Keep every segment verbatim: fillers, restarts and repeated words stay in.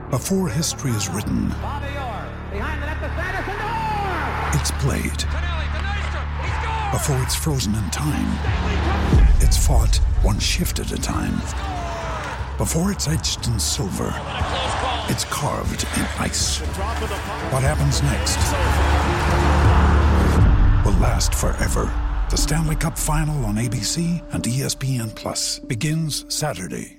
Before history is written, it's played. Before it's frozen in time, it's fought one shift at a time. Before it's etched in silver, it's carved in ice. What happens next will last forever. The Stanley Cup Final on A B C and E S P N Plus begins Saturday.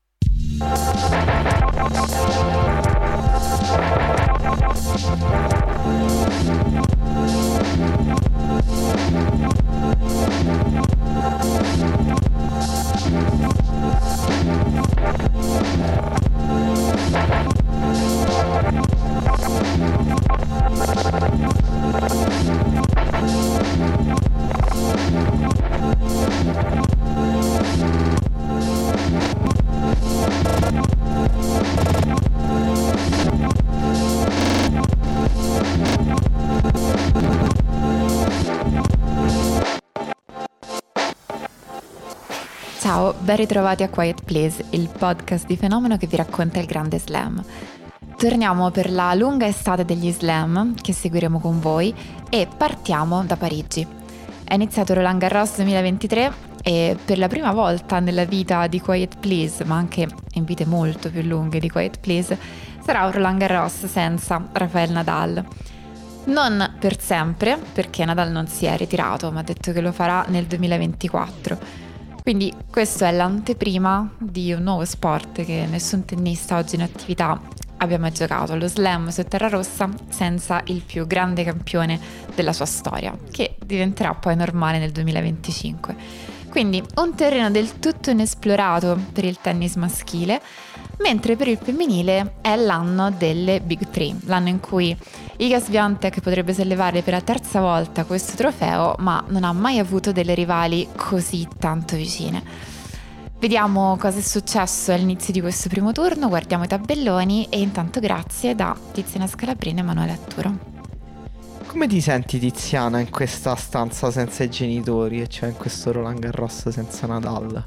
Ciao, ben ritrovati a Quiet Please, il podcast di Fenomeno che vi racconta il grande slam. Torniamo per la lunga estate degli slam che seguiremo con voi e partiamo da Parigi. È iniziato Roland Garros duemilaventitré e per la prima volta nella vita di Quiet Please, ma anche in vite molto più lunghe di Quiet Please, sarà un Roland Garros senza Rafael Nadal. Non per sempre, perché Nadal non si è ritirato, ma ha detto che lo farà nel duemilaventiquattro. Quindi questo è l'anteprima di un nuovo sport che nessun tennista oggi in attività abbia mai giocato, lo slam su terra rossa senza il più grande campione della sua storia, che diventerà poi normale nel duemilaventicinque. Quindi un terreno del tutto inesplorato per il tennis maschile, mentre per il femminile è l'anno delle Big Three, l'anno in cui Iga Swiatek potrebbe sollevare per la terza volta questo trofeo, ma non ha mai avuto delle rivali così tanto vicine. Vediamo cosa è successo all'inizio di questo primo turno, guardiamo i tabelloni e intanto grazie da Tiziana Scalabrino e Emanuele Atturo. Come ti senti, Tiziana, in questa stanza senza i genitori, e cioè in questo Roland Garros senza Nadal?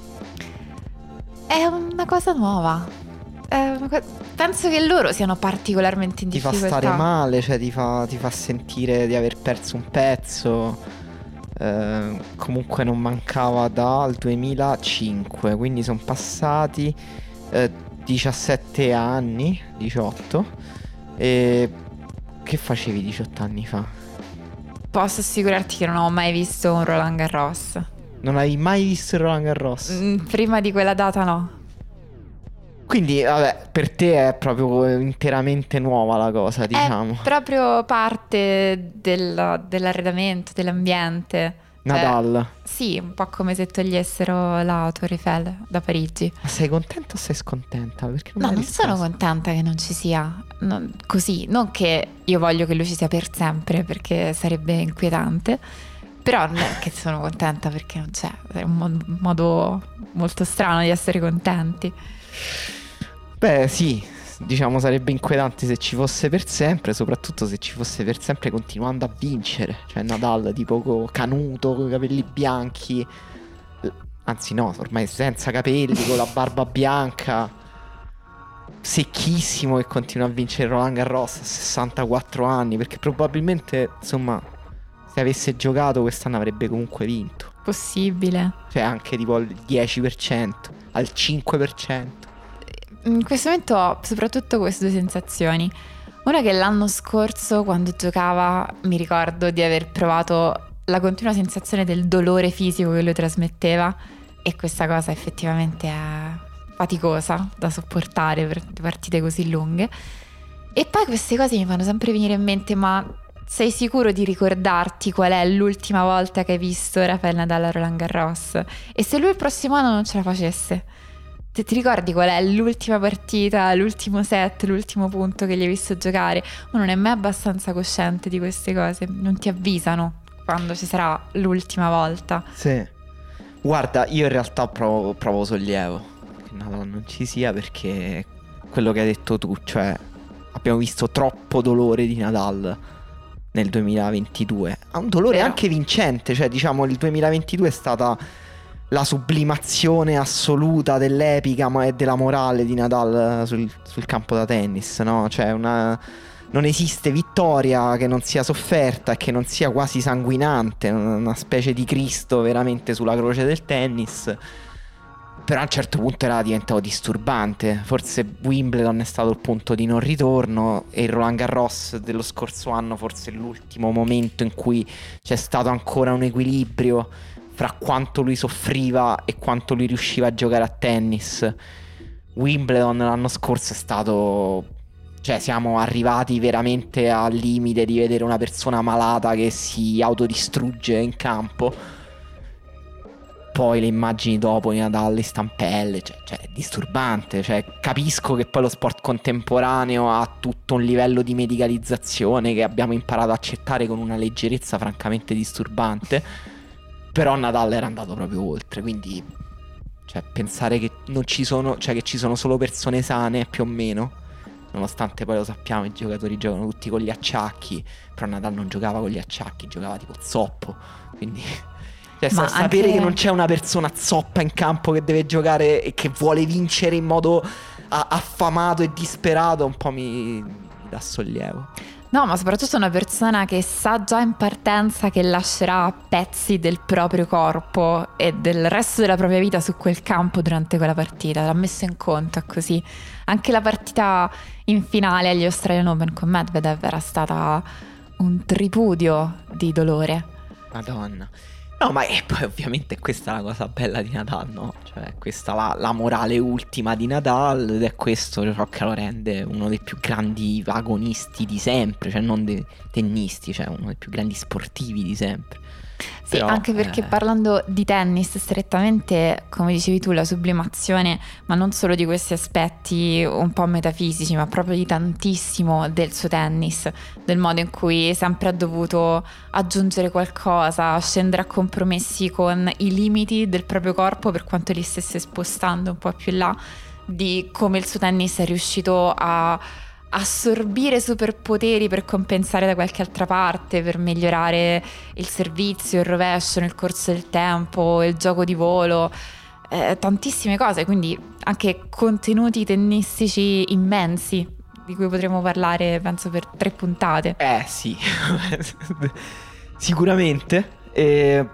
È una cosa nuova. È una co- Penso che loro siano particolarmente in Ti fa difficoltà. stare male, cioè ti fa, ti fa sentire di aver perso un pezzo. Eh, comunque non mancava dal duemilacinque, quindi sono passati eh, diciassette anni, diciotto. E che facevi diciotto anni fa? Posso assicurarti che non ho mai visto un Roland Garros. Non hai mai visto il Roland Garros? Mm, prima di quella data no. Quindi, vabbè, per te è proprio interamente nuova la cosa, diciamo. È proprio parte del, dell'arredamento, dell'ambiente. Nadal. Cioè, sì, un po' come se togliessero la Torre Eiffel da Parigi. Ma sei contenta o sei scontenta? Perché non No, me non l'hai sono risposto? contenta che non ci sia. Non- così, non che io voglio che lui ci sia per sempre, perché sarebbe inquietante. Però non è che sono contenta perché non c'è. È un mo- modo molto strano di essere contenti. Beh, sì, diciamo sarebbe inquietante se ci fosse per sempre, soprattutto se ci fosse per sempre continuando a vincere. Cioè Nadal tipo co- canuto, con i capelli bianchi. Eh, Anzi no, ormai senza capelli, con la barba bianca, secchissimo, che continua a vincere Roland Garros a sessantaquattro anni. Perché probabilmente, insomma, se avesse giocato quest'anno avrebbe comunque vinto. Possibile. Cioè anche tipo al dieci per cento, al cinque per cento. In questo momento ho soprattutto queste due sensazioni. Una che l'anno scorso, quando giocava, mi ricordo di aver provato la continua sensazione del dolore fisico che lui trasmetteva, e questa cosa effettivamente è faticosa da sopportare per partite così lunghe. E poi queste cose mi fanno sempre venire in mente: ma sei sicuro di ricordarti qual è l'ultima volta che hai visto Rafael Nadal a Roland Garros? E se lui il prossimo anno non ce la facesse? Ti, ti ricordi qual è l'ultima partita, l'ultimo set, l'ultimo punto che gli hai visto giocare? Uno non è mai abbastanza cosciente di queste cose, non ti avvisano quando ci sarà l'ultima volta. Sì. Guarda, io in realtà provo, provo sollievo che Nadal non ci sia, perché quello che hai detto tu, cioè abbiamo visto troppo dolore di Nadal nel duemilaventidue. Ha un dolore Vero. anche vincente, cioè diciamo il duemilaventidue è stata la sublimazione assoluta dell'epica ma e della morale di Nadal sul, sul campo da tennis, no? Cioè una... non esiste vittoria che non sia sofferta e che non sia quasi sanguinante, una specie di Cristo veramente sulla croce del tennis. Però a un certo punto era diventato disturbante. Forse Wimbledon è stato il punto di non ritorno e il Roland Garros dello scorso anno forse è l'ultimo momento in cui c'è stato ancora un equilibrio fra quanto lui soffriva e quanto lui riusciva a giocare a tennis. Wimbledon l'anno scorso è stato... cioè siamo arrivati veramente al limite di vedere una persona malata che si autodistrugge in campo. Poi le immagini dopo di Nadal, le stampelle, cioè, cioè è disturbante. Cioè, capisco che poi lo sport contemporaneo ha tutto un livello di medicalizzazione che abbiamo imparato ad accettare con una leggerezza francamente disturbante. Però Nadal era andato proprio oltre, quindi cioè, pensare che non ci sono, cioè che ci sono solo persone sane più o meno, nonostante poi lo sappiamo i giocatori giocano tutti con gli acciacchi, però Nadal non giocava con gli acciacchi, giocava tipo zoppo, quindi... Cioè, Ma sa- sapere anche- che non c'è una persona zoppa in campo che deve giocare e che vuole vincere in modo a- affamato e disperato un po' mi, mi dà sollievo. No, ma soprattutto una persona che sa già in partenza che lascerà pezzi del proprio corpo e del resto della propria vita su quel campo durante quella partita. L'ha messo in conto così. Anche la partita in finale agli Australian Open con Medvedev era stata un tripudio di dolore. Madonna. No, ma e poi ovviamente questa è la cosa bella di Nadal, no? Cioè questa è la, la morale ultima di Nadal ed è questo ciò che lo rende uno dei più grandi agonisti di sempre, cioè non dei tennisti, cioè uno dei più grandi sportivi di sempre. Sì, Però, anche perché eh, parlando di tennis strettamente, come dicevi tu, la sublimazione, ma non solo di questi aspetti un po' metafisici, ma proprio di tantissimo del suo tennis, del modo in cui sempre ha dovuto aggiungere qualcosa, scendere a compromessi con i limiti del proprio corpo per quanto li stesse spostando un po' più in là, di come il suo tennis è riuscito a assorbire superpoteri per compensare da qualche altra parte, per migliorare il servizio, il rovescio nel corso del tempo, il gioco di volo, eh, tantissime cose, quindi anche contenuti tennistici immensi di cui potremo parlare penso per tre puntate. Eh sì, sicuramente. E...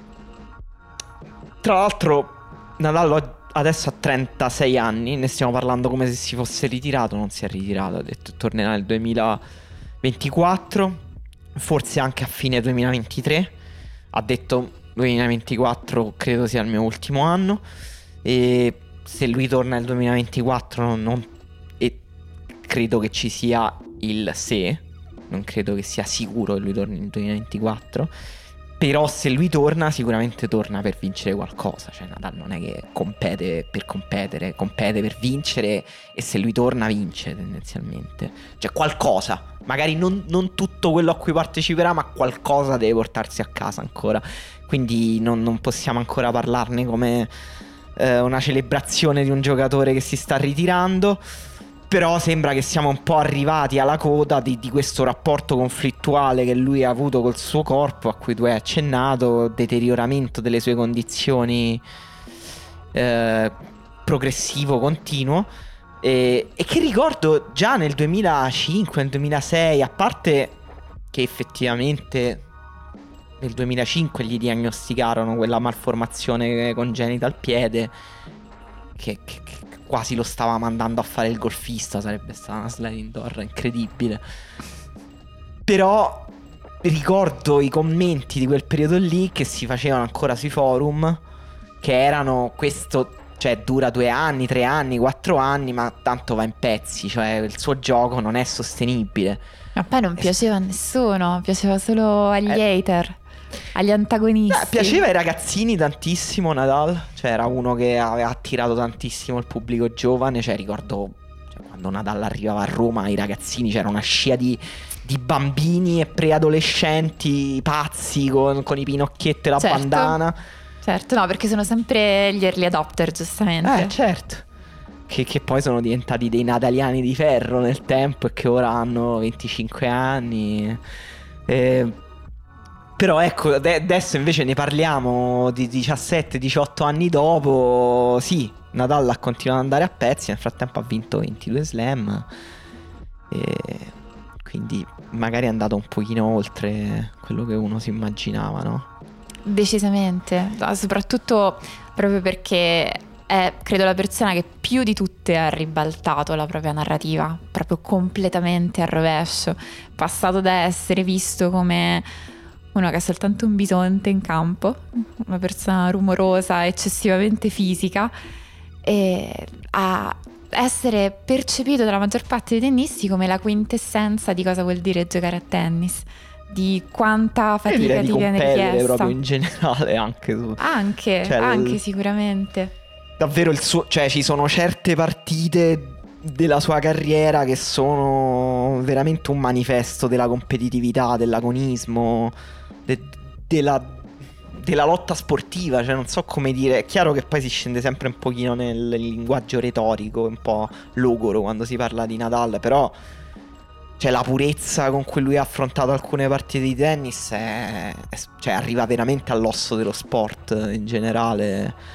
tra l'altro Nadal adesso ha trentasei anni, ne stiamo parlando come se si fosse ritirato, non si è ritirato, ha detto tornerà nel duemilaventiquattro, forse anche a fine duemilaventitré, ha detto duemilaventiquattro credo sia il mio ultimo anno e se lui torna nel duemilaventiquattro non, non, e credo che ci sia il se, non credo che sia sicuro che lui torni nel duemilaventiquattro. Però se lui torna, sicuramente torna per vincere qualcosa. Cioè Nadal non è che compete per competere, compete per vincere. E se lui torna, vince tendenzialmente. Cioè qualcosa. Magari non, non tutto quello a cui parteciperà, ma qualcosa deve portarsi a casa ancora. Quindi non, non possiamo ancora parlarne come eh, una celebrazione di un giocatore che si sta ritirando. Però sembra che siamo un po' arrivati alla coda di, di questo rapporto conflittuale che lui ha avuto col suo corpo, a cui tu hai accennato, deterioramento delle sue condizioni eh, progressivo, continuo, e, e che ricordo già nel duemilacinque, nel duemilasei, a parte che effettivamente nel duemilacinque gli diagnosticarono quella malformazione congenita al piede che... che, che quasi lo stava mandando a fare il golfista, sarebbe stata una sliding door incredibile. Però ricordo i commenti di quel periodo lì che si facevano ancora sui forum, che erano questo, cioè dura due anni, tre anni, quattro anni, ma tanto va in pezzi, cioè il suo gioco non è sostenibile. Ma poi non Eh, piaceva a nessuno, piaceva solo agli Eh. hater, agli antagonisti. Eh, piaceva ai ragazzini tantissimo Nadal, cioè era uno che aveva attirato tantissimo il pubblico giovane, cioè ricordo cioè, quando Nadal arrivava a Roma i ragazzini c'era una scia di, di bambini e preadolescenti pazzi con, con i pinocchietti e la Certo. bandana. Certo, no, perché sono sempre gli early adopter, giustamente. Eh certo, che, che poi sono diventati dei nadaliani di ferro nel tempo e che ora hanno venticinque anni. Eh, Però ecco, adesso invece ne parliamo di diciassette diciotto anni dopo. Sì, Nadal ha continuato ad andare a pezzi, nel frattempo ha vinto ventidue slam, e quindi magari è andato un pochino oltre quello che uno si immaginava, no? Decisamente, soprattutto proprio perché è, credo, la persona che più di tutte ha ribaltato la propria narrativa, proprio completamente al rovescio, passato da essere visto come uno che ha soltanto un bisonte in campo, una persona rumorosa, eccessivamente fisica, e a essere percepito dalla maggior parte dei tennisti come la quintessenza di cosa vuol dire giocare a tennis, di quanta fatica ti viene richiesta. Proprio in generale anche tu. Anche, cioè, anche il... sicuramente. Davvero il suo, cioè ci sono certe partite della sua carriera che sono veramente un manifesto della competitività, dell'agonismo, de, della, della lotta sportiva, cioè non so come dire. È chiaro che poi si scende sempre un pochino nel linguaggio retorico, un po' logoro quando si parla di Nadal, però cioè la purezza con cui lui ha affrontato alcune partite di tennis è, è, cioè arriva veramente all'osso dello sport in generale.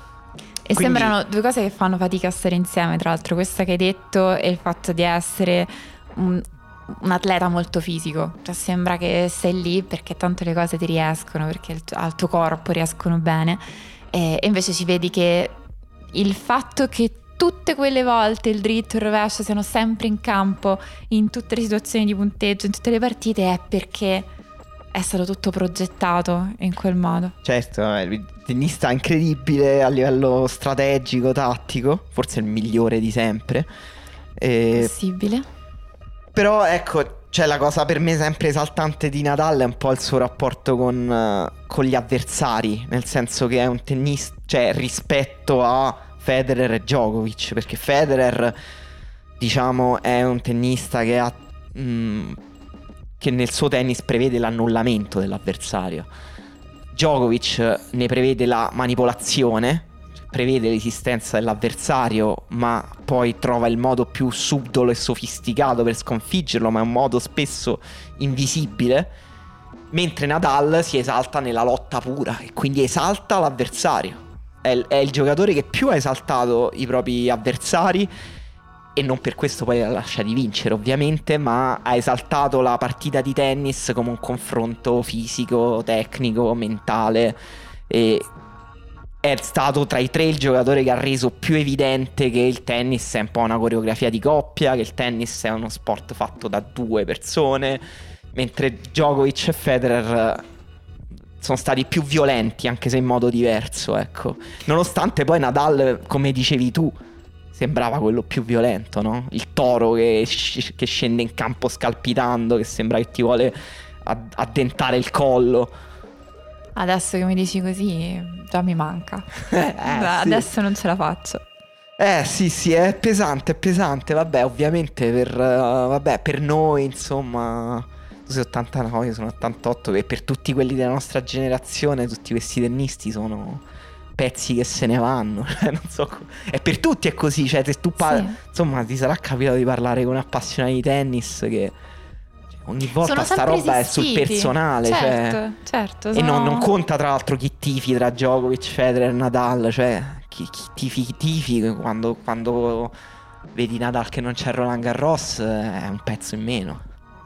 E quindi... sembrano due cose che fanno fatica a stare insieme, tra l'altro questa che hai detto e il fatto di essere un, un atleta molto fisico, cioè sembra che sei lì perché tanto le cose ti riescono, perché il, al tuo corpo riescono bene, e, e invece ci vedi che il fatto che tutte quelle volte il dritto e il rovescio siano sempre in campo in tutte le situazioni di punteggio, in tutte le partite, è perché è stato tutto progettato in quel modo. Certo, il tennista incredibile a livello strategico, tattico, forse il migliore di sempre. E... possibile. Però ecco, cioè la cosa per me sempre esaltante di Nadal è un po' il suo rapporto con, uh, con gli avversari, nel senso che è un tennista, cioè rispetto a Federer e Djokovic, perché Federer, diciamo, è un tennista che ha... Mh, che nel suo tennis prevede l'annullamento dell'avversario. Djokovic ne prevede la manipolazione, prevede l'esistenza dell'avversario, ma poi trova il modo più subdolo e sofisticato per sconfiggerlo, ma è un modo spesso invisibile. Mentre Nadal si esalta nella lotta pura e quindi esalta l'avversario. È il, è il giocatore che più ha esaltato i propri avversari, e non per questo poi la lascia di vincere ovviamente, ma ha esaltato la partita di tennis come un confronto fisico, tecnico, mentale, e è stato tra i tre il giocatore che ha reso più evidente che il tennis è un po' una coreografia di coppia, che il tennis è uno sport fatto da due persone, mentre Djokovic e Federer sono stati più violenti, anche se in modo diverso, ecco. Nonostante poi Nadal, come dicevi tu, sembrava quello più violento, no? Il toro che, sc- che scende in campo scalpitando, che sembra che ti vuole ad- addentare il collo. Adesso che mi dici così già mi manca. eh, Adesso sì. Non ce la faccio. Eh sì sì, è pesante, è pesante. Vabbè, ovviamente per, uh, vabbè, per noi, insomma, tu sei ottantanove, io sono ottantotto, e per tutti quelli della nostra generazione tutti questi tennisti sono pezzi che se ne vanno. Non so, e per tutti è così, cioè se tu parli, sì. Insomma, ti sarà capitato di parlare con appassionati di tennis che ogni volta sta roba esistiti. È sul personale, certo, cioè, certo, e sono... non, non conta tra l'altro chi tifi tra Djokovic, Federer e Nadal, cioè chi, chi tifi chi tifi quando, quando vedi Nadal che non c'è Roland Garros è un pezzo in meno.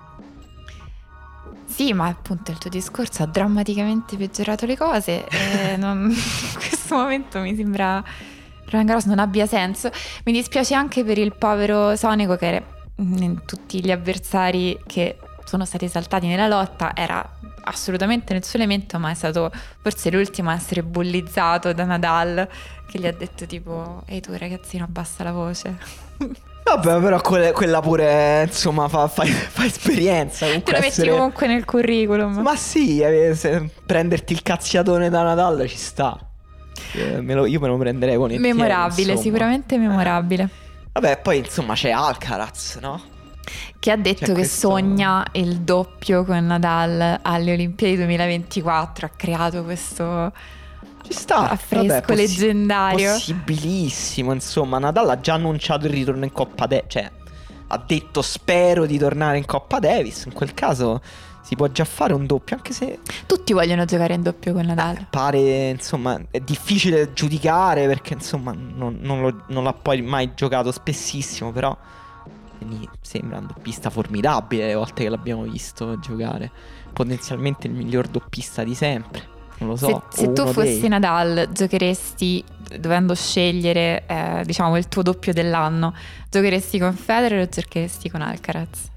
Sì, ma appunto il tuo discorso ha drammaticamente peggiorato le cose e non, in questo momento mi sembra Roland Garros non abbia senso. Mi dispiace anche per il povero Sonego, che in tutti gli avversari che sono stati esaltati nella lotta era assolutamente nel suo elemento, ma è stato forse l'ultimo a essere bullizzato da Nadal, che gli ha detto tipo ehi tu ragazzino abbassa la voce. Vabbè, però quella, quella pure, insomma, fa, fa, fa esperienza. Te lo metti essere... comunque nel curriculum. Ma sì, se prenderti il cazziatone da Nadal ci sta. Eh, me lo, io me lo prenderei con il memorabile, insomma. Sicuramente memorabile. Eh. Vabbè, poi insomma c'è Alcaraz, no? Che ha detto c'è che questo... sogna il doppio con Nadal alle Olimpiadi duemilaventiquattro. Ha creato questo... Ci sta, affresco vabbè, possi- leggendario. Possibilissimo, insomma. Nadal ha già annunciato il ritorno in Coppa Davis, cioè ha detto spero di tornare in Coppa Davis. In quel caso si può già fare un doppio, anche se tutti vogliono giocare in doppio con Nadal. eh, pare, insomma, è difficile giudicare perché insomma non, non, lo, non l'ha poi mai giocato spessissimo, però mi sembra un doppista formidabile le volte che l'abbiamo visto giocare, potenzialmente il miglior doppista di sempre, non lo so. Se, se tu fossi dei... Nadal, giocheresti, dovendo scegliere eh, diciamo il tuo doppio dell'anno, giocheresti con Federer o giocheresti con Alcaraz?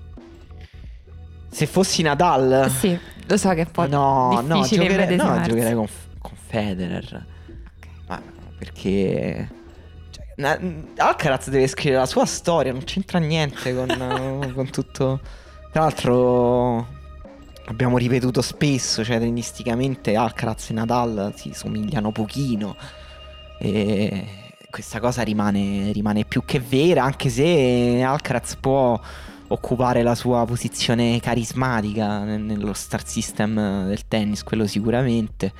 Se fossi Nadal? Sì, lo so che è un po' no, difficile no, giocherei, no, giocherei con, con con Federer, okay. Ma perché cioè, Alcaraz deve scrivere la sua storia, non c'entra niente con, con tutto. Tra l'altro abbiamo ripetuto spesso, cioè tennisticamente Alcaraz e Nadal si somigliano pochino e questa cosa rimane, rimane più che vera, anche se Alcaraz può occupare la sua posizione carismatica nello star system del tennis, quello sicuramente.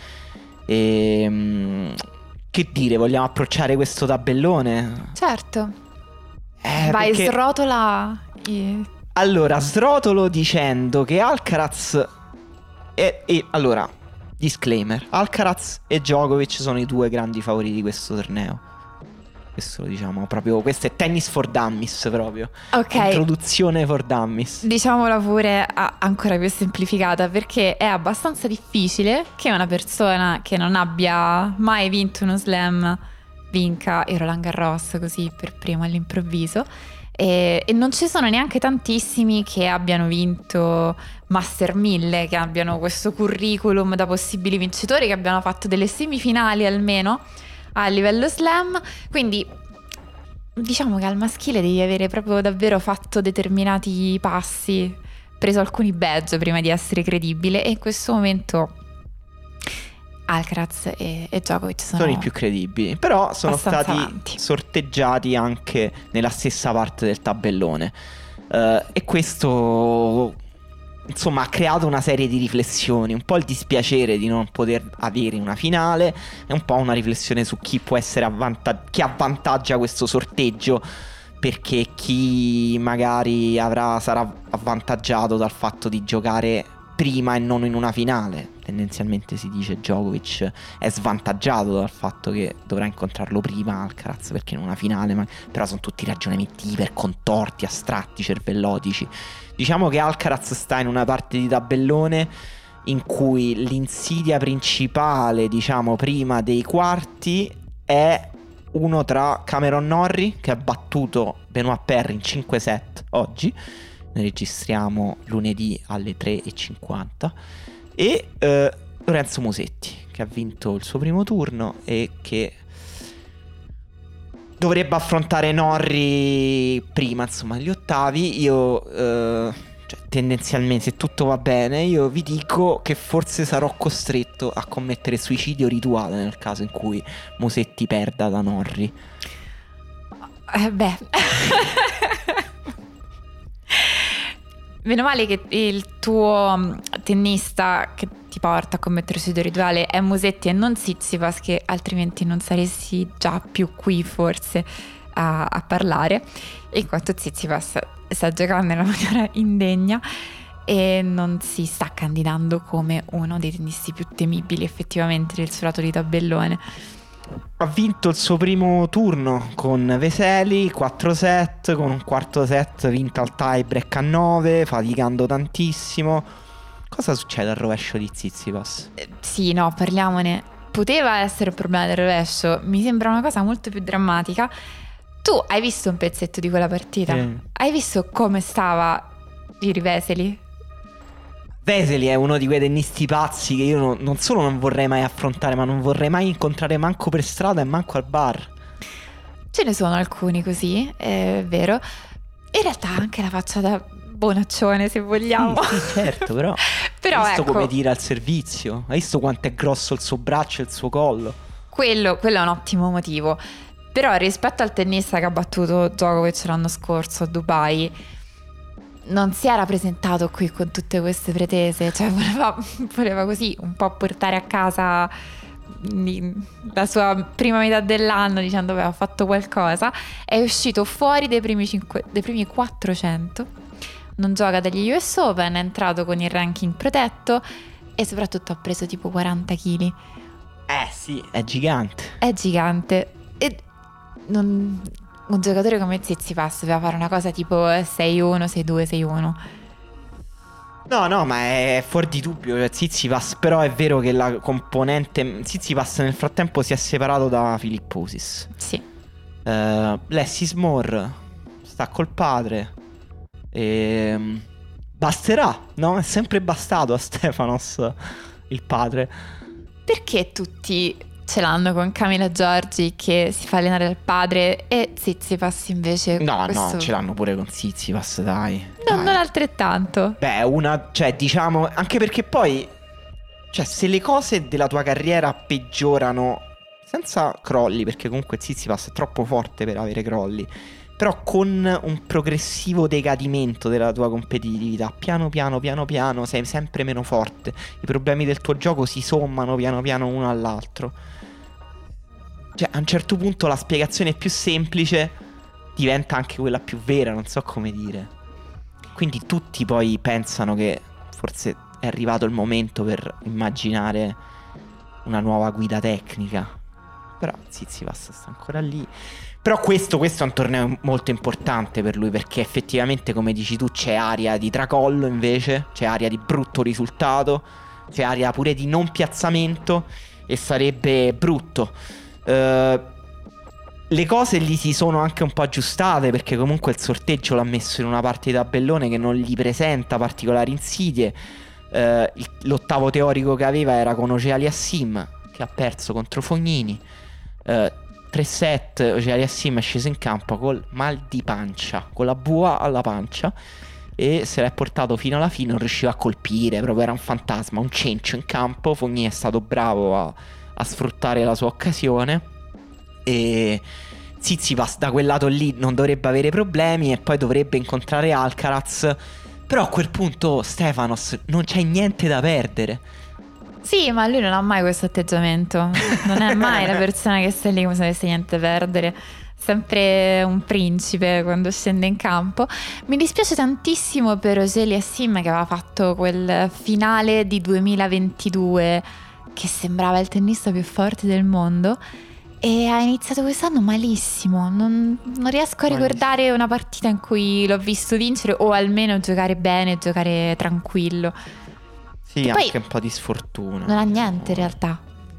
E che dire, vogliamo approcciare questo tabellone? Certo. Eh, Vai, perché... srotola i... Allora, srotolo dicendo che Alcaraz e, e allora, disclaimer, Alcaraz e Djokovic sono i due grandi favoriti di questo torneo. Questo lo diciamo proprio, questo è tennis for dummies proprio. Ok. Introduzione for dummies. Diciamola pure a- ancora più semplificata, perché è abbastanza difficile che una persona che non abbia mai vinto uno slam vinca il Roland Garros così per primo all'improvviso. E, e non ci sono neanche tantissimi che abbiano vinto Master mille, che abbiano questo curriculum da possibili vincitori, che abbiano fatto delle semifinali almeno a livello slam. Quindi diciamo che al maschile devi avere proprio davvero fatto determinati passi, preso alcuni badge prima di essere credibile, e in questo momento Alcaraz e, e Djokovic sono, sono i più credibili, però sono stati avanti. sorteggiati anche nella stessa parte del tabellone, uh, e questo insomma ha creato una serie di riflessioni, un po' il dispiacere di non poter avere una finale e un po' una riflessione su chi può essere avvantag- chi avvantaggia questo sorteggio, perché chi magari avrà, sarà avvantaggiato dal fatto di giocare prima e non in una finale. Tendenzialmente si dice Djokovic è svantaggiato dal fatto che dovrà incontrarlo prima Alcaraz, perché in una finale, ma... però sono tutti ragionamenti iper contorti, astratti, cervellotici. Diciamo che Alcaraz sta in una parte di tabellone in cui l'insidia principale, diciamo prima dei quarti, è uno tra Cameron Norrie, che ha battuto Benoit Paire in cinque set oggi, ne registriamo lunedì alle tre e cinquanta, e eh, Lorenzo Musetti, che ha vinto il suo primo turno e che dovrebbe affrontare Norrie prima, insomma, agli ottavi. Io eh, cioè, tendenzialmente, se tutto va bene, io vi dico che forse sarò costretto a commettere suicidio rituale nel caso in cui Musetti perda da Norrie. Eh beh meno male che il tuo tennista che ti porta a commettere suicidio rituale è Musetti e non Tsitsipas, che altrimenti non saresti già più qui forse a, a parlare, in quanto Tsitsipas sta giocando in una maniera indegna e non si sta candidando come uno dei tennisti più temibili effettivamente del suo lato di tabellone. Ha vinto il suo primo turno con Veseli, quattro set, con un quarto set vinto al tie break a nove, faticando tantissimo. Cosa succede al rovescio di Tsitsipas? Eh, sì, no, parliamone. Poteva essere un problema del rovescio, mi sembra una cosa molto più drammatica. Tu hai visto un pezzetto di quella partita? Sì. Hai visto come stava Jiri Veseli? Veseli è uno di quei tennisti pazzi che io non, non solo non vorrei mai affrontare, ma non vorrei mai incontrare manco per strada e manco al bar. Ce ne sono alcuni così, è vero. In realtà anche la faccia da bonaccione, se vogliamo. Sì, sì, certo, però però hai visto ecco, come tira al servizio? Hai visto quanto è grosso il suo braccio e il suo collo? Quello, quello è un ottimo motivo. Però rispetto al tennista che ha battuto Djokovic l'anno scorso a Dubai, non si era presentato qui con tutte queste pretese, cioè voleva, voleva così un po' portare a casa la sua prima metà dell'anno dicendo aveva fatto qualcosa. È uscito fuori dai primi, cinque, dai primi quattrocento, non gioca dagli U S Open, è entrato con il ranking protetto e soprattutto ha preso tipo quaranta chili. Eh sì, è gigante. È gigante. E non... un giocatore come Tsitsipas doveva fare una cosa tipo sei uno, sei due, sei uno. No, no, ma è fuori di dubbio, cioè, Tsitsipas, però è vero che la componente Tsitsipas nel frattempo si è separato da Philippoussis. Sì. uh, Leslie Moore sta col padre e basterà, no? È sempre bastato a Stefanos il padre. Perché tutti ce l'hanno con Camila Giorgi che si fa allenare dal padre e Tsitsipas invece No, questo... no, ce l'hanno pure con Tsitsipas, dai. No, dai. non altrettanto. Beh, una, cioè, diciamo, anche perché poi, cioè, se le cose della tua carriera peggiorano senza crolli, perché comunque Tsitsipas è troppo forte per avere crolli, però con un progressivo decadimento della tua competitività, piano piano, piano piano, sei sempre meno forte. I problemi del tuo gioco si sommano piano piano uno all'altro. Cioè, a un certo punto la spiegazione più semplice diventa anche quella più vera, non so come dire. Quindi tutti poi pensano che forse è arrivato il momento per immaginare una nuova guida tecnica. Però Tsitsipas sta ancora lì. Però questo, questo è un torneo molto importante per lui, perché effettivamente, come dici tu, c'è aria di tracollo invece, c'è aria di brutto risultato, c'è aria pure di non piazzamento, e sarebbe brutto. Uh, le cose gli si sono anche un po' aggiustate, perché comunque il sorteggio l'ha messo in una parte di tabellone che non gli presenta particolari insidie. uh, il, L'ottavo teorico che aveva era con Auger-Aliassime, che ha perso contro Fognini. uh, tre set, Auger-Aliassime è sceso in campo col mal di pancia, con la bua alla pancia, e se l'è portato fino alla fine. Non riusciva a colpire, proprio era un fantasma, un cencio in campo. Fognini è stato bravo a a sfruttare la sua occasione, e Tsitsipas da quel lato lì non dovrebbe avere problemi, e poi dovrebbe incontrare Alcaraz. Però a quel punto Stefanos non c'è niente da perdere. Sì, ma lui non ha mai questo atteggiamento. Non è mai la persona che sta lì come se non avesse niente da perdere. Sempre un principe quando scende in campo. Mi dispiace tantissimo per Auger-Aliassime, che aveva fatto quel finale di duemilaventidue che sembrava il tennista più forte del mondo, e ha iniziato quest'anno malissimo. Non, non riesco a ricordare una partita in cui l'ho visto vincere, o almeno giocare bene, giocare tranquillo. Sì, che anche un po' di sfortuna. Non ha niente in realtà.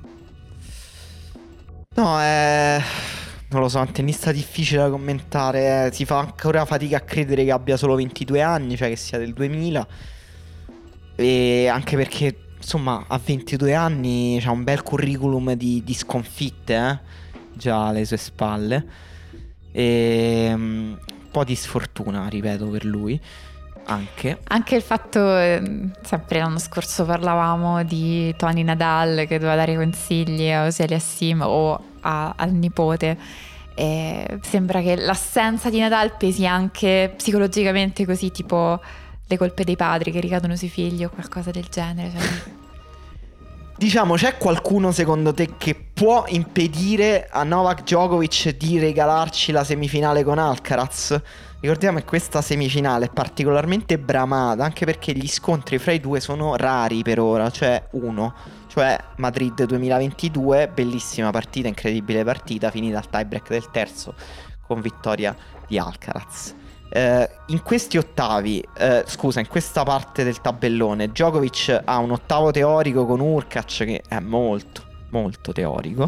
No, è... non lo so, è un tennista difficile da commentare. Si fa ancora fatica a credere che abbia solo ventidue anni, cioè che sia del duemila. E anche perché, insomma, a ventidue anni c'ha un bel curriculum di, di sconfitte, eh? Già alle sue spalle. E um, un po' di sfortuna, ripeto, per lui. Anche Anche il fatto, eh, sempre l'anno scorso parlavamo di Tony Nadal che doveva dare consigli a Auger-Aliassime o a, al nipote. E sembra che l'assenza di Nadal pesi anche psicologicamente, così, tipo le colpe dei padri che ricadono sui figli o qualcosa del genere, cioè. Diciamo, c'è qualcuno secondo te che può impedire a Novak Djokovic di regalarci la semifinale con Alcaraz? Ricordiamo che questa semifinale è particolarmente bramata, anche perché gli scontri fra i due sono rari per ora. Cioè uno, cioè Madrid duemilaventidue, bellissima partita, incredibile partita, finita al tiebreak del terzo con vittoria di Alcaraz. Uh, in questi ottavi, uh, scusa, in questa parte del tabellone, Djokovic ha un ottavo teorico con Hurkacz, che è molto, molto teorico.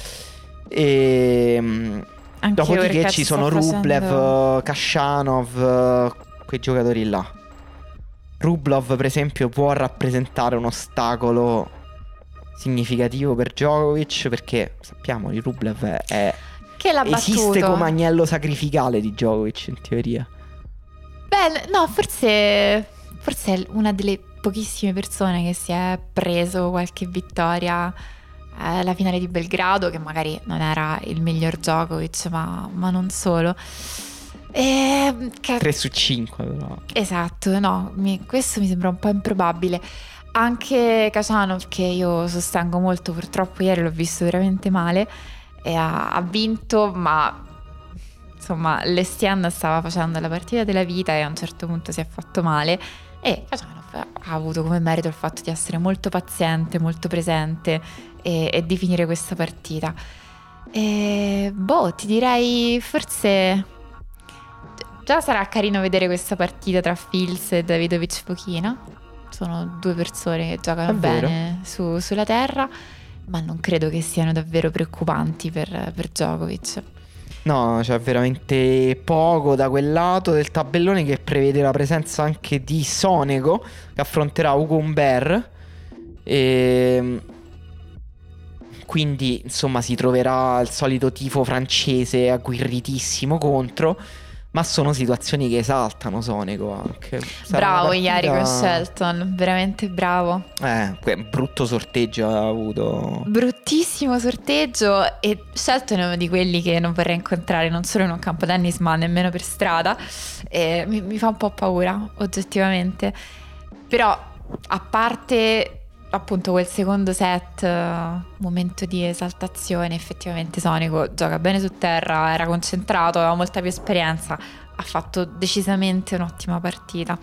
E um, dopodiché Hurkacz ci sono Rublev, facendo... Khachanov, quei giocatori là. Rublev, per esempio, può rappresentare un ostacolo significativo per Djokovic, perché sappiamo che Rublev è... che l'ha esiste battuto come agnello sacrificale di Djokovic, in teoria. Beh, no, forse Forse è una delle pochissime persone che si è preso qualche vittoria alla finale di Belgrado, che magari non era il miglior Djokovic, ma, ma non solo. E, che... tre su cinque però. Esatto, no, mi, questo mi sembra un po' improbabile. Anche Khachanov, che io sostengo molto, purtroppo ieri l'ho visto veramente male, e ha, ha vinto, ma insomma Lestienne stava facendo la partita della vita e a un certo punto si è fatto male, e Khachanov ha avuto come merito il fatto di essere molto paziente, molto presente e, e di finire questa partita. E boh, ti direi forse già sarà carino vedere questa partita tra Fils e Davidovich Fokina. Sono due persone che giocano bene su, sulla terra, ma non credo che siano davvero preoccupanti per, per Djokovic. No, c'è veramente poco da quel lato del tabellone, che prevede la presenza anche di Sonego, che affronterà Ugo Humbert. E quindi insomma si troverà il solito tifo francese agguerritissimo contro. Ma sono situazioni che esaltano Sonego anche. Sarà bravo partita... ieri con Shelton, veramente bravo. Eh, brutto sorteggio ha avuto. Bruttissimo sorteggio, e Shelton è uno di quelli che non vorrei incontrare non solo in un campo tennis ma nemmeno per strada, e mi, mi fa un po' paura oggettivamente. Però a parte appunto quel secondo set, momento di esaltazione, effettivamente Sonego gioca bene su terra, era concentrato, aveva molta più esperienza, ha fatto decisamente un'ottima partita.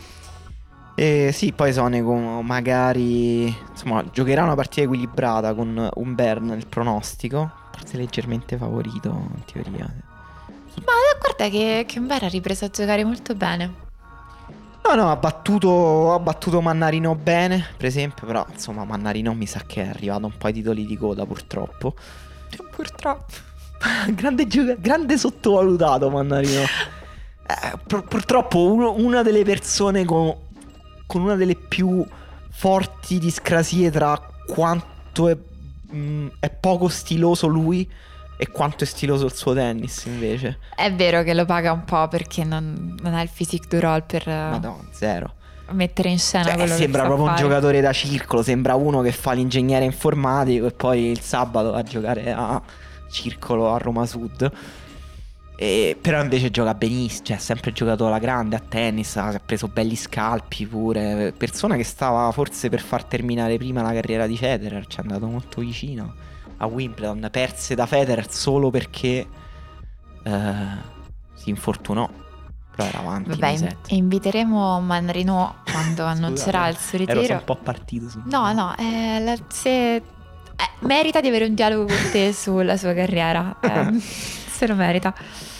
E sì, poi Sonego magari insomma giocherà una partita equilibrata con Humbert nel pronostico, forse leggermente favorito in teoria. Ma guarda che, che Humbert ha ripreso a giocare molto bene. No, no, ha battuto, ha battuto Mannarino bene, per esempio, però insomma Mannarino mi sa che è arrivato un po' ai titoli di coda, purtroppo. Purtroppo. grande, gioca- grande sottovalutato Mannarino. Eh, pur- purtroppo uno, una delle persone con, con una delle più forti discrasie tra quanto è, mh, è poco stiloso lui e quanto è stiloso il suo tennis, invece. È vero che lo paga un po' perché non, non ha il physique du role per Madonna, zero. mettere in scena, Cioè, quello sembra che sa proprio fare. un giocatore da circolo. Sembra uno che fa l'ingegnere informatico e poi il sabato va a giocare a circolo a Roma Sud. E, però invece gioca benissimo. Cioè ha sempre giocato alla grande a tennis, ha preso belli scalpi pure. Persona che stava forse per far terminare prima la carriera di Federer, ci è andato molto vicino a Wimbledon. Perse da Federer solo perché eh, si infortunò, però era avanti. Vabbè, inviteremo Mannarino quando annuncerà il suo ritiro. Ero un po' partito su. No, no, eh, la- se eh, merita di avere un dialogo con te sulla sua carriera, eh, se lo merita.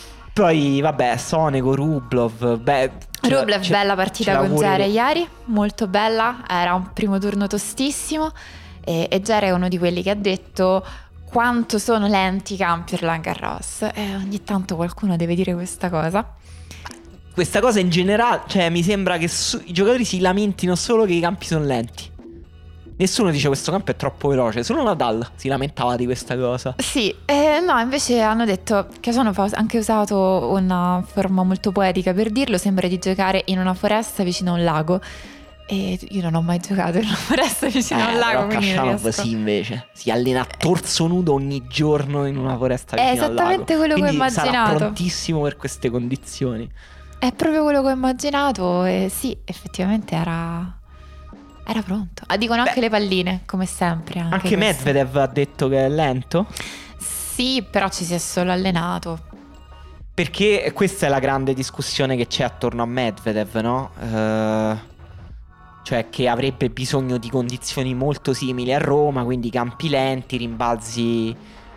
Poi vabbè, Sonego, Rublev. Beh, Rublev, bella partita con Gere Gere ieri, molto bella, era un primo turno tostissimo, e, e Gere è uno di quelli che ha detto quanto sono lenti i campi Roland Garros, e ogni tanto qualcuno deve dire questa cosa. Questa cosa in generale, cioè mi sembra che su- i giocatori si lamentino solo che i campi sono lenti. Nessuno dice questo campo è troppo veloce, solo Nadal si lamentava di questa cosa. Sì, eh, no, invece hanno detto che hanno anche usato una forma molto poetica per dirlo, sembra di giocare in una foresta vicino a un lago. E io non ho mai giocato in una foresta vicino eh, a un lago, però quindi non Khachanov riesco. sì, invece si allena a torso nudo ogni giorno in una foresta È vicino al lago. esattamente quello che ho Quindi immaginato. sarà prontissimo per queste condizioni. È proprio quello che ho immaginato, e sì, effettivamente era era pronto. Ah, dicono anche Beh, le palline, come sempre. Anche, Anche questo. Medvedev ha detto che è lento. Sì, però ci si è solo allenato. Perché questa è la grande discussione che c'è attorno a Medvedev, no? Eh, cioè che avrebbe bisogno di condizioni molto simili a Roma, quindi campi lenti, rimbalzi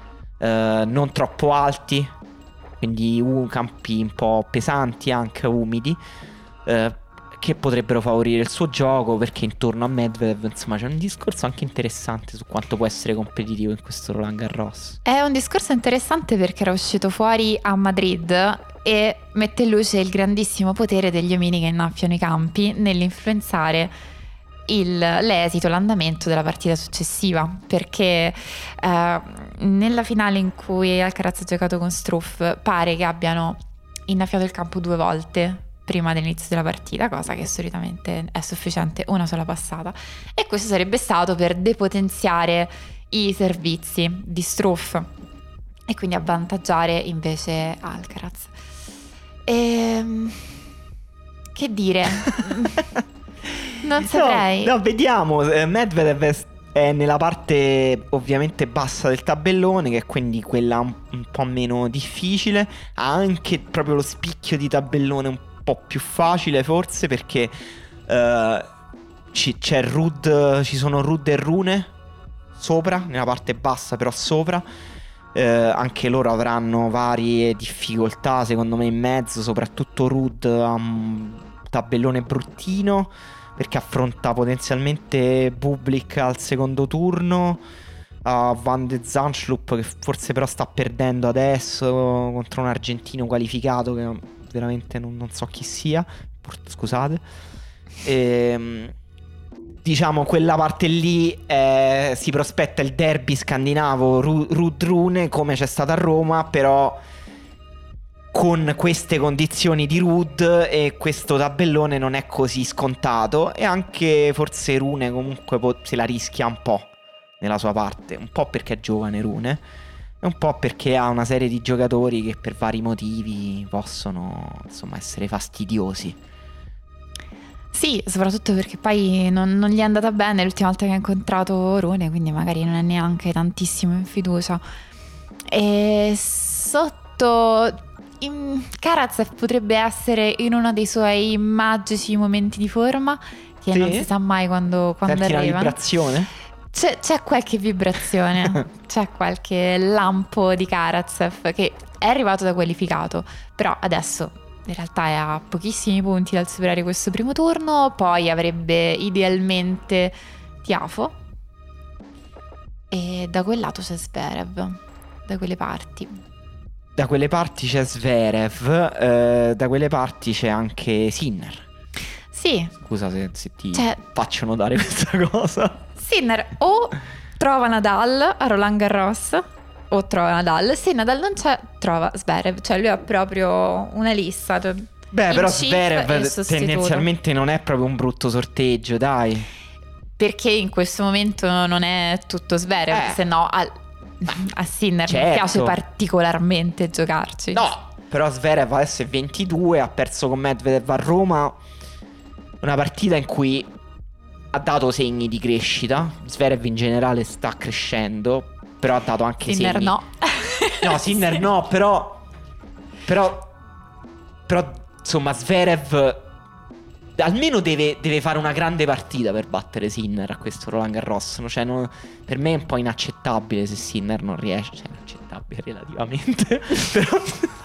eh, non troppo alti, quindi uh, campi un po' pesanti, anche umidi, eh, che potrebbero favorire il suo gioco, perché intorno a Medvedev insomma c'è un discorso anche interessante su quanto può essere competitivo in questo Roland Garros. È un discorso interessante perché era uscito fuori a Madrid e mette in luce il grandissimo potere degli omini che innaffiano i campi nell'influenzare il, l'esito, l'andamento della partita successiva, perché eh, nella finale in cui Alcaraz ha giocato con Struff pare che abbiano innaffiato il campo due volte prima dell'inizio della partita, cosa che solitamente è sufficiente una sola passata, e questo sarebbe stato per depotenziare i servizi di Struff e quindi avvantaggiare invece Alcaraz. Ehm, che dire? Non saprei. No, no, vediamo. eh, Medvedev è, è nella parte ovviamente bassa del tabellone, che è quindi quella un, un po' meno difficile. Ha anche proprio lo spicchio di tabellone un po' più facile forse, perché uh, ci, c'è Rud, ci sono Rud e Rune sopra, nella parte bassa però sopra. uh, Anche loro avranno varie difficoltà secondo me in mezzo. Soprattutto Rud ha un tabellone bruttino, perché affronta potenzialmente Bublik al secondo turno, a Van de Zandschulp, che forse però sta perdendo adesso contro un argentino qualificato che veramente non, non so chi sia, scusate. E, diciamo quella parte lì eh, si prospetta il derby scandinavo Rud-Rune, come c'è stato a Roma, però con queste condizioni di Rud, e questo tabellone non è così scontato. E anche forse Rune comunque po- se la rischia un po' nella sua parte, un po' perché è giovane Rune, e un po' perché ha una serie di giocatori che per vari motivi possono insomma essere fastidiosi. Sì, soprattutto perché poi non, non gli è andata bene l'ultima volta che ha incontrato Rune, quindi magari non è neanche tantissimo in fiducia. E sotto Karatsev potrebbe essere in uno dei suoi magici momenti di forma, che sì, non si sa mai quando, quando arriva. Senti una vibrazione? C'è, c'è qualche vibrazione, c'è qualche lampo di Karatsev che è arrivato da qualificato, però adesso in realtà è a pochissimi punti dal superare questo primo turno. Poi avrebbe idealmente Tiafo, e da quel lato c'è Zverev, da quelle parti. Da quelle parti c'è Zverev, eh, da quelle parti c'è anche Sinner. Sì. Scusa se, se ti c'è... faccio notare questa cosa. Sinner o trova Nadal a Roland Garros, o trova Nadal. Se Nadal non c'è, trova Zverev. Cioè lui ha proprio una lista. Beh, però Zverev tendenzialmente non è proprio un brutto sorteggio, dai. Perché in questo momento non è tutto Zverev, eh. se no... Al... a Sinner certo. mi piace particolarmente giocarci. No, però Zverev adesso è ventidue, ha perso con Medvedev a Roma, una partita in cui ha dato segni di crescita. Zverev in generale sta crescendo, però ha dato anche Sinner segni. no. No, Sinner no, però Però Però insomma Zverev almeno deve, deve fare una grande partita per battere Sinner a questo Roland Garros. Cioè, non, per me è un po' inaccettabile se Sinner non riesce. Cioè, inaccettabile relativamente. Però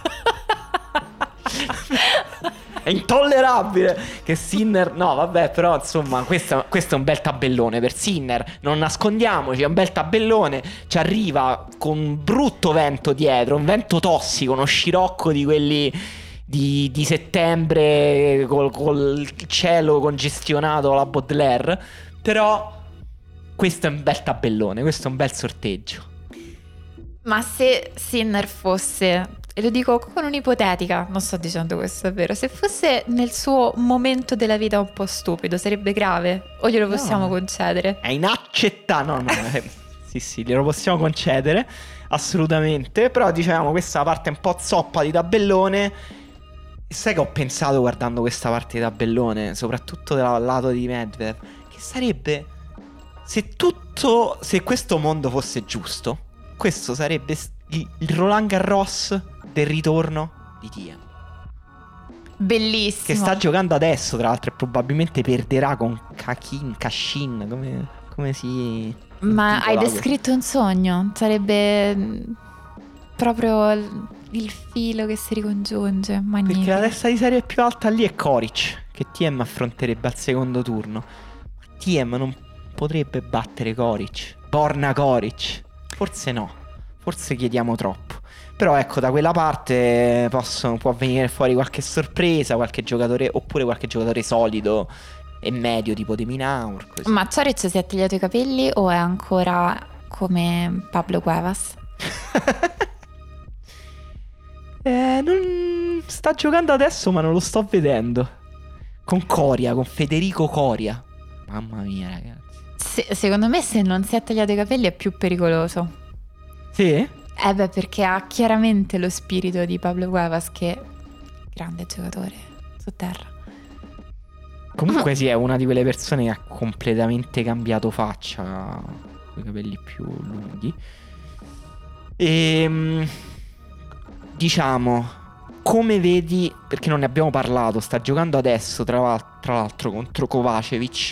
è intollerabile che Sinner... No, vabbè, però insomma questo, questo è un bel tabellone per Sinner. Non nascondiamoci, è un bel tabellone. Ci arriva con un brutto vento dietro, un vento tossico, uno scirocco di quelli... Di, di settembre col, col cielo congestionato alla Baudelaire. Però questo è un bel tabellone, questo è un bel sorteggio. Ma se Sinner fosse, e lo dico con un'ipotetica, non sto dicendo questo è vero, se fosse nel suo momento della vita un po' stupido, sarebbe grave? O glielo possiamo no. concedere? È inaccettabile. No, no, eh, sì sì, glielo possiamo concedere assolutamente. Però diciamo questa parte un po' zoppa di tabellone. Sai che ho pensato guardando questa parte di tabellone, soprattutto dal lato di Medvedev, che sarebbe, se tutto, se questo mondo fosse giusto, questo sarebbe il, il Roland Garros del ritorno di Thiem. Bellissimo. Che sta giocando adesso, tra l'altro, e probabilmente perderà con Kakin, Kashin, come, come si... Ma hai descritto un sogno, sarebbe proprio... il filo che si ricongiunge, magnifico. Perché la testa di serie più alta lì è Koric, che Thiem affronterebbe al secondo turno. Ma Thiem non potrebbe battere Koric. Borna Koric. Forse no, forse chiediamo troppo. Però ecco, da quella parte possono, può venire fuori qualche sorpresa, qualche giocatore, oppure qualche giocatore solido e medio tipo De Minaur, così. Ma Coric si è tagliato i capelli o è ancora come Pablo Cuevas? Eh, non sta giocando adesso, ma non lo sto vedendo. Con Coria, con Federico Coria. Mamma mia, ragazzi. Se, secondo me se non si è tagliato i capelli è più pericoloso. Sì? Eh beh, perché ha chiaramente lo spirito di Pablo Cuevas, che è grande giocatore su terra. Comunque sì, è una di quelle persone che ha completamente cambiato faccia, con i capelli più lunghi. E diciamo, come vedi, perché non ne abbiamo parlato, sta giocando adesso tra, l'al- tra l'altro contro Kovacevic.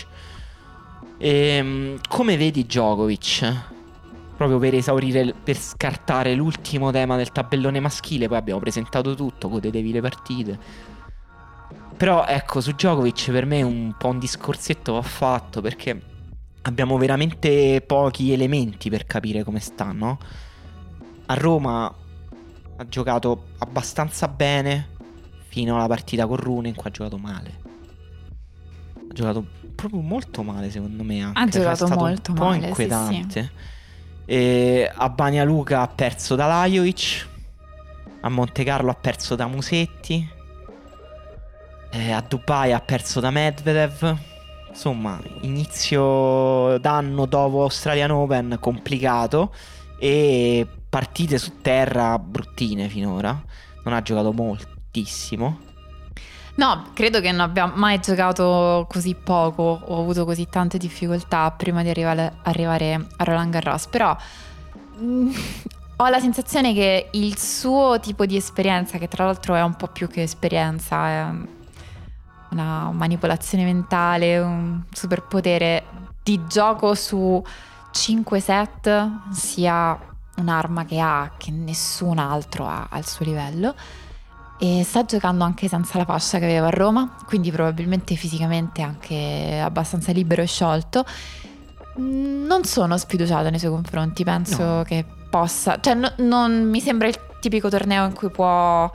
E come vedi Djokovic? Proprio per esaurire, per scartare l'ultimo tema del tabellone maschile. Poi abbiamo presentato tutto, godetevi le partite. Però ecco, su Djokovic per me un po' un discorsetto va fatto, perché abbiamo veramente pochi elementi per capire come sta, no? A Roma ha giocato abbastanza bene fino alla partita con Rune, in cui ha giocato male. Ha giocato proprio molto male, secondo me anche. Ha giocato Cioè, è stato molto un po' male, inquietante. sì, sì. E a Banja Luka ha perso da Lajovic. A Monte Carlo ha perso da Musetti. E a Dubai ha perso da Medvedev. Insomma, inizio d'anno dopo Australian Open complicato. E partite su terra bruttine finora. Non ha giocato moltissimo. No, credo che non abbia mai giocato così poco o avuto così tante difficoltà prima di arrivare, arrivare a Roland Garros. Però mh, ho la sensazione che il suo tipo di esperienza, che tra l'altro è un po' più che esperienza, è una manipolazione mentale, un superpotere di gioco su cinque set, sia un'arma che ha che nessun altro ha al suo livello. E sta giocando anche senza la fascia che aveva a Roma, quindi probabilmente fisicamente anche abbastanza libero e sciolto. Non sono sfiduciata nei suoi confronti, penso No. che possa, cioè no, non mi sembra il tipico torneo in cui può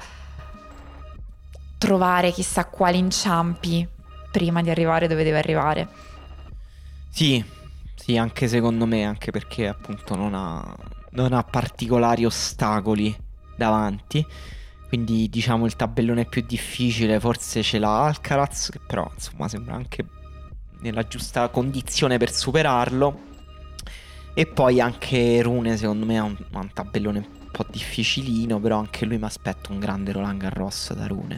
trovare chissà quali inciampi prima di arrivare dove deve arrivare. Sì, sì, anche secondo me, anche perché appunto non ha, non ha particolari ostacoli davanti. Quindi diciamo il tabellone più difficile forse ce l'ha Alcaraz, che però insomma sembra anche nella giusta condizione per superarlo. E poi anche Rune secondo me ha un, ha un tabellone un po' difficilino, però anche lui mi aspetta un grande Roland Garros da Rune.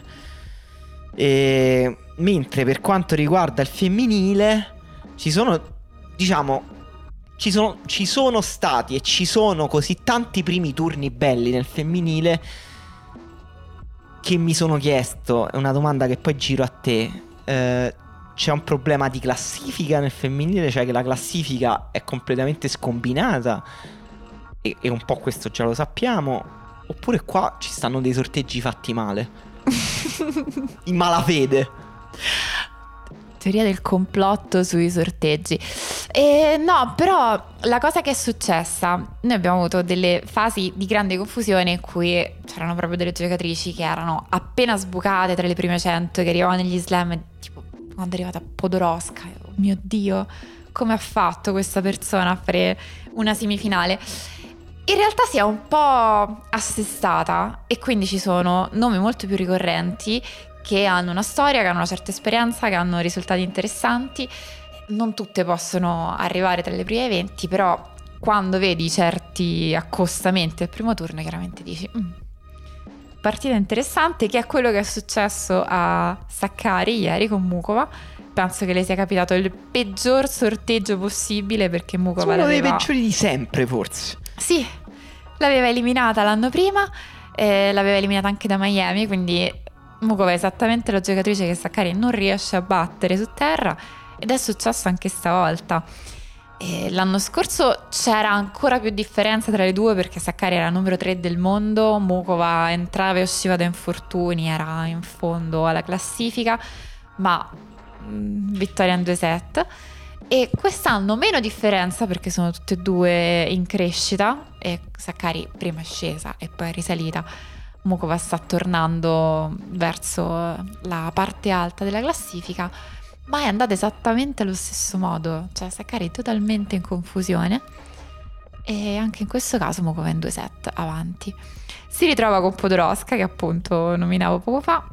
E mentre per quanto riguarda il femminile ci sono, diciamo, ci sono, ci sono stati e ci sono così tanti primi turni belli nel femminile che mi sono chiesto, è una domanda che poi giro a te, eh, c'è un problema di classifica nel femminile, cioè che la classifica è completamente scombinata e, e un po' questo già lo sappiamo, oppure qua ci stanno dei sorteggi fatti male in malafede? Teoria del complotto sui sorteggi. E no, però la cosa che è successa, noi abbiamo avuto delle fasi di grande confusione in cui c'erano proprio delle giocatrici che erano appena sbucate tra le prime cento, che arrivavano negli slam e tipo quando è arrivata Podoroska, oh mio Dio, come ha fatto questa persona a fare una semifinale? In realtà si è un po' assestata e quindi ci sono nomi molto più ricorrenti che hanno una storia, che hanno una certa esperienza, che hanno risultati interessanti. Non tutte possono arrivare tra le prime venti, però quando vedi certi accostamenti al primo turno chiaramente dici mm, partita interessante, che è quello che è successo a Sakkari ieri con Mukova. Penso che le sia capitato il peggior sorteggio possibile, perché Mukova Uno dei l'aveva... peggiori di sempre forse. Sì, l'aveva eliminata l'anno prima, eh, l'aveva eliminata anche da Miami, quindi Mukova è esattamente la giocatrice che Sakkari non riesce a battere su terra, ed è successo anche stavolta. E l'anno scorso c'era ancora più differenza tra le due, perché Sakkari era numero tre del mondo, Mukova entrava e usciva da infortuni, era in fondo alla classifica, ma mh, vittoria in due set. E quest'anno meno differenza, perché sono tutte e due in crescita e Sakkari prima è scesa e poi è risalita. Mukova sta tornando verso la parte alta della classifica, ma è andata esattamente allo stesso modo, cioè Sakkari totalmente in confusione, e anche in questo caso Mukova in due set avanti. Si ritrova con Podoroska, che appunto nominavo poco fa,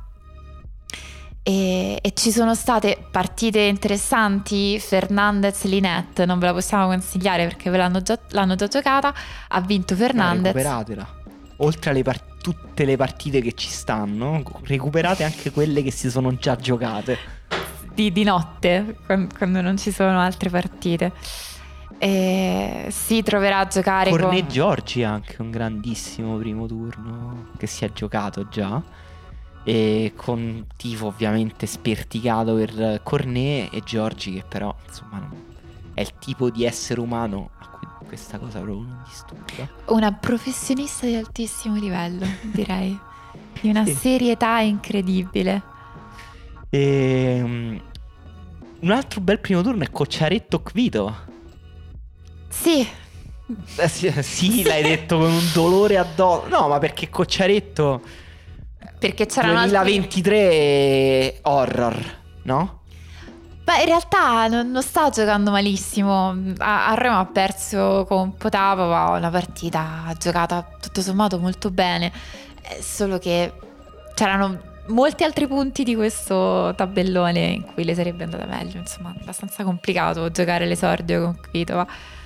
e, e ci sono state partite interessanti. Fernandez-Linette non ve la possiamo consigliare perché ve l'hanno già, l'hanno già giocata. Ha vinto Fernandez. Recuperatela. Oltre alle part- tutte le partite che ci stanno, recuperate anche quelle che si sono già giocate. di, di notte, quando, quando non ci sono altre partite. E si troverà a giocare Cornet con Giorgi anche un grandissimo primo turno che si è giocato già, e con tifo ovviamente sperticato per Cornet e Giorgi, che però insomma non- è il tipo di essere umano a cui questa cosa proprio non disturba. una professionista di altissimo livello, direi, di una Sì. serietà incredibile. E, um, un altro bel primo turno è Cocciaretto Kvitova. Sì, Eh, sì, sì, l'hai detto con un dolore addosso. No, ma perché Cocciaretto perché c'erano altri... duemilaventitré horror, no? Ma in realtà non, non sta giocando malissimo. A, a Roma ha perso con Potapova una partita giocata tutto sommato molto bene. È solo che c'erano molti altri punti di questo tabellone in cui le sarebbe andata meglio. Insomma, abbastanza complicato giocare l'esordio con Kvitova.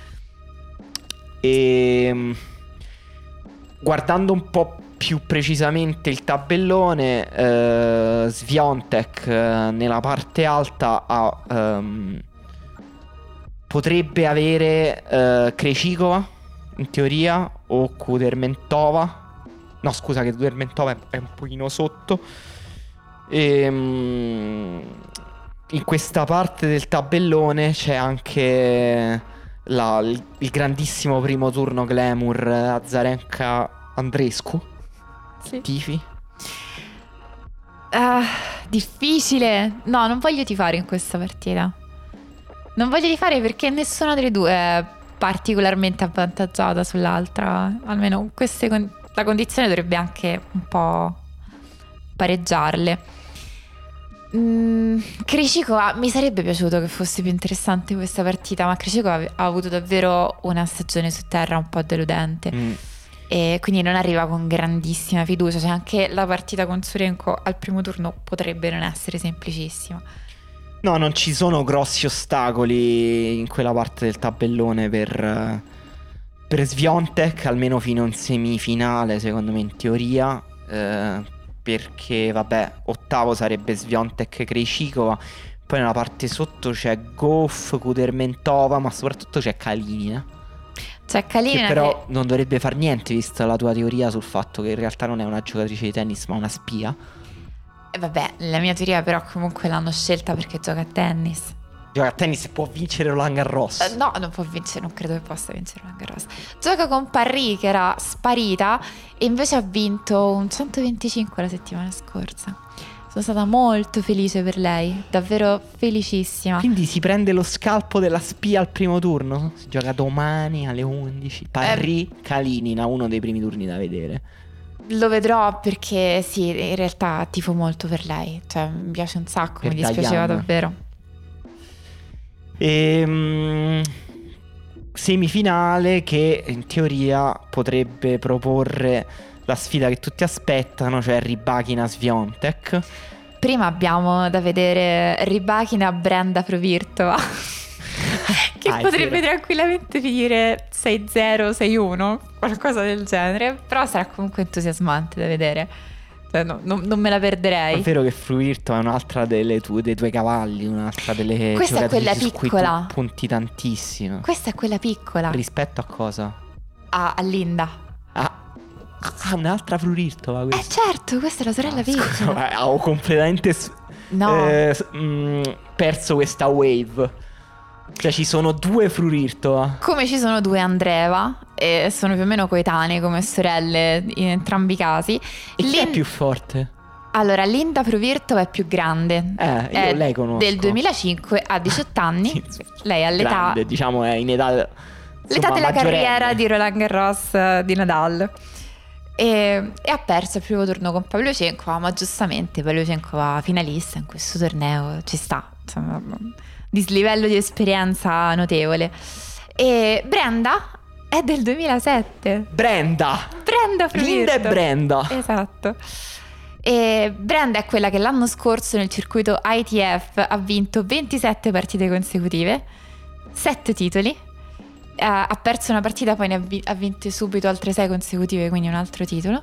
E guardando un po' più precisamente il tabellone, eh, Swiatek eh, nella parte alta ha, ehm, potrebbe avere eh, Krejcikova in teoria, o Kudermentova. No, scusa, che Kudermentova è, è un pochino sotto. Ehm, in questa parte del tabellone c'è anche la- il, il grandissimo primo turno glamour Azarenka Andreescu. Sì. Tifi? Ah, difficile. No, non voglio tifare in questa partita. Non voglio tifare perché nessuna delle due è particolarmente avvantaggiata sull'altra. Almeno queste con- la condizione dovrebbe anche un po' pareggiarle. Mm, Krejcikova, mi sarebbe piaciuto che fosse più interessante questa partita, ma Krejcikova ave- ha avuto davvero una stagione su terra un po' deludente. Mm. E quindi non arriva con grandissima fiducia. Cioè anche la partita con Surenko al primo turno potrebbe non essere semplicissima. No, non ci sono grossi ostacoli in quella parte del tabellone per, eh, per Swiatek, almeno fino in semifinale, secondo me, in teoria. eh, Perché, vabbè, ottavo sarebbe Swiatek Krejcikova. Poi nella parte sotto c'è Goff, Kudermentova, ma soprattutto c'è Kalinina. Cioè Che Kalinina però non dovrebbe far niente, vista la tua teoria sul fatto che in realtà non è una giocatrice di tennis, ma una spia. che, eh, vabbè, la mia teoria però comunque l'hanno scelta perché gioca a tennis. Gioca a tennis e può vincere Roland Garros. Eh, no, non può vincere, non credo che possa vincere Roland Garros. Gioca con Parry, che era sparita, e invece ha vinto un centoventicinque la settimana scorsa. Sono stata molto felice per lei, davvero felicissima. Quindi si prende lo scalpo della spia al primo turno. Si gioca domani alle undici. Parry, Kalinina, uno dei primi turni da vedere. Lo vedrò perché sì, in realtà tifo molto per lei. Cioè, mi piace un sacco, Per mi dispiaceva Diana. davvero. Ehm, semifinale che in teoria potrebbe proporre la sfida che tutti aspettano, cioè Rybakina Swiatek. Prima abbiamo da vedere Rybakina Brenda Provirtova che Ah, è potrebbe vero. tranquillamente finire sei zero, sei uno, qualcosa del genere. Però sarà comunque entusiasmante da vedere. Cioè, no, non, non me la perderei. È vero che Fruirto è un'altra delle tue, dei tuoi cavalli, un'altra delle Questa è quella giocatrici su cui tu piccola. punti tantissimo. Questa è quella piccola. Rispetto a cosa? a, a Linda. Ah, ah, un'altra Fruirto, Eh certo, questa è la sorella piccola. Scusa, eh, ho completamente s- No. eh, s- mm, perso questa wave. Cioè ci sono due Fruirto. Come ci sono due Andreeva, e sono più o meno coetanee come sorelle in entrambi i casi. E chi è Lin- più forte? Allora, Linda Provirtova è più grande. Eh, io È lei conosco. del duemilacinque, ha diciotto anni. Sì, Lei ha l'età, grande, diciamo è in età, l'età insomma, della maggiorenne. carriera di Roland Garros eh, di Nadal. E, e ha perso il primo turno con Pavlyuchenkova, ma giustamente Pavlyuchenkova finalista in questo torneo ci sta, insomma, dislivello di esperienza notevole. E Brenda è del duemilasette. Brenda. Brenda Linda e Provirto. Brenda. Esatto. E Brenda è quella che l'anno scorso nel circuito I T F ha vinto ventisette partite consecutive, sette titoli. Eh, ha perso una partita, poi ne ha, vi- ha vinte subito altre sei consecutive, quindi un altro titolo.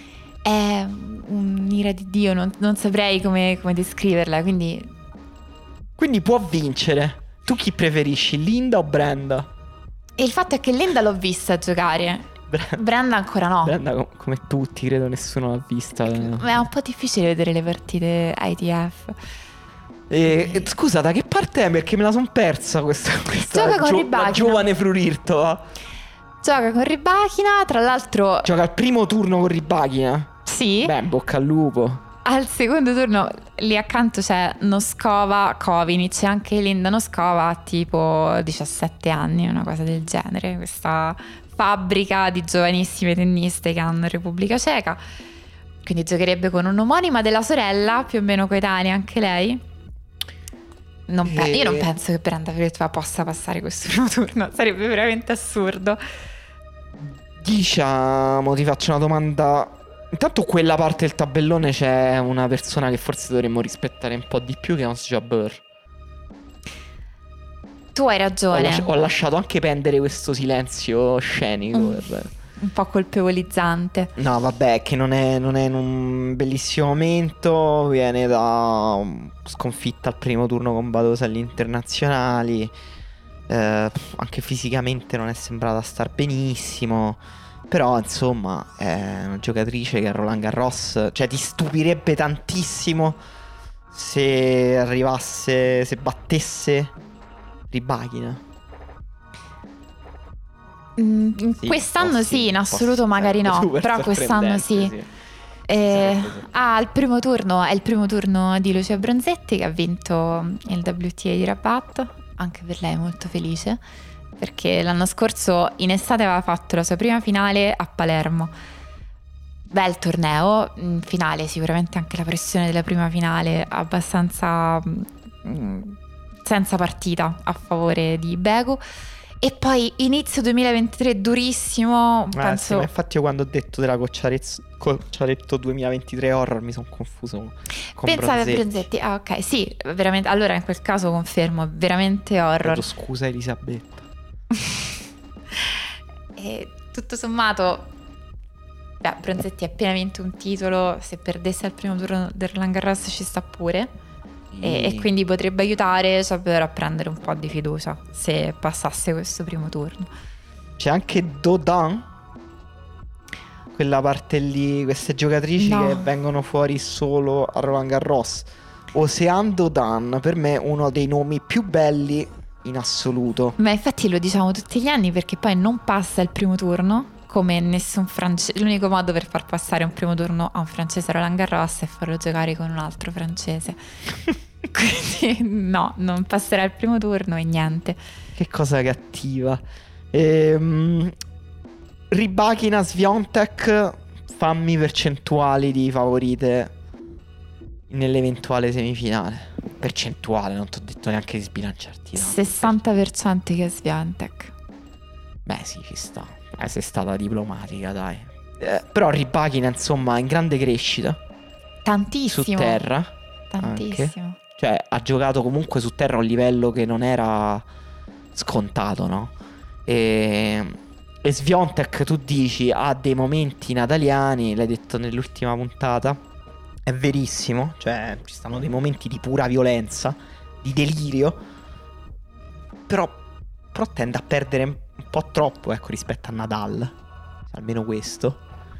È un'ira di Dio, non, non saprei come, come descriverla, quindi Quindi può vincere. Tu chi preferisci, Linda o Brenda? E il fatto è che Linda l'ho vista giocare, Brenda, Brenda ancora no. Brenda com- come tutti, credo nessuno l'ha vista. Ma è un po' difficile vedere le partite I T F. E, e, scusa, da che parte è? Perché me la son persa questa, questa Gioca con gio- Rybakina. la giovane Frurirto. Gioca con Rybakina, tra l'altro. Gioca al primo turno con Rybakina. Sì. Beh, bocca al lupo. Al secondo turno lì accanto c'è Noskova Kovinic e anche Linda Noskova ha tipo diciassette anni, una cosa del genere. Questa fabbrica di giovanissime tenniste che hanno in Repubblica Ceca. Quindi giocherebbe con un'omonima della sorella, più o meno coetanea anche lei. Non pe- E- Io non penso che Brenda Fruirtova possa passare questo primo turno, sarebbe veramente assurdo. Diciamo, ti faccio una domanda. Intanto quella parte del tabellone c'è una persona che forse dovremmo rispettare un po' di più, che è Ons Jabeur. Tu hai Ho, ragione. lasci- ho lasciato anche pendere questo silenzio scenico. Mm. per- Un po' colpevolizzante. No, vabbè, che non è, non è in un bellissimo momento. Viene da um, sconfitta al primo turno con Badosa agli internazionali. Eh, anche fisicamente non è sembrata star benissimo. Però insomma è una giocatrice che a Roland Garros, cioè ti stupirebbe tantissimo se arrivasse, se battesse Rybakina. Mm, Sì, quest'anno oh, sì, in un po' assoluto sì, magari sarebbe no, super però quest'anno sì. sorprendente, Eh, Sarebbe sorprendente. ah, il primo turno è il primo turno di Lucia Bronzetti che ha vinto il W T A di Rabat, anche per lei molto felice perché l'anno scorso in estate aveva fatto la sua prima finale a Palermo. Bel torneo, in finale sicuramente anche la pressione della prima finale abbastanza mm, senza partita a favore di Begu. E poi inizio duemilaventitré durissimo, Eh, sì, penso. ma infatti io quando ho detto della Cocciarezz- Cocciaretto duemilaventitré horror mi sono confuso con Pensavi a Bronzetti. Bronzetti? Ah, ok, sì, veramente. Allora in quel caso confermo, veramente horror. Chiedo scusa Elisabetta. E tutto sommato, beh, Bronzetti ha appena vinto un titolo, se perdesse al primo turno del Roland Garros ci sta pure. E, e quindi potrebbe aiutare Jabeur a prendere un po' di fiducia se passasse questo primo turno. C'è anche Dodin, quella parte lì, queste giocatrici No. che vengono fuori solo a Roland Garros. Ocean Dodin per me è uno dei nomi più belli in assoluto. Ma infatti lo diciamo tutti gli anni perché poi non passa il primo turno come nessun francese. L'unico modo per far passare un primo turno a un francese a Roland Garros è farlo giocare con un altro francese. Quindi no, non passerà il primo turno e niente. Che cosa cattiva. Ehm, Rybakina, Swiatek, fammi percentuali di favorite nell'eventuale semifinale. Percentuale, non ti ho detto neanche di sbilanciarti tanto. sessanta per cento che è Swiatek. Beh sì, ci sta. Eh, sei stata diplomatica, dai. Eh, però Rybakina, insomma, in grande crescita. Tantissimo. Su terra. Tantissimo. Anche. Cioè, ha giocato comunque su terra a un livello che non era scontato, no? E, e Swiatek, tu dici, ha dei momenti nataliani, l'hai detto nell'ultima puntata. È verissimo. Cioè, ci stanno dei momenti di pura violenza, di delirio. Però, però tende a perdere un po' troppo, ecco, rispetto a Nadal. Almeno questo.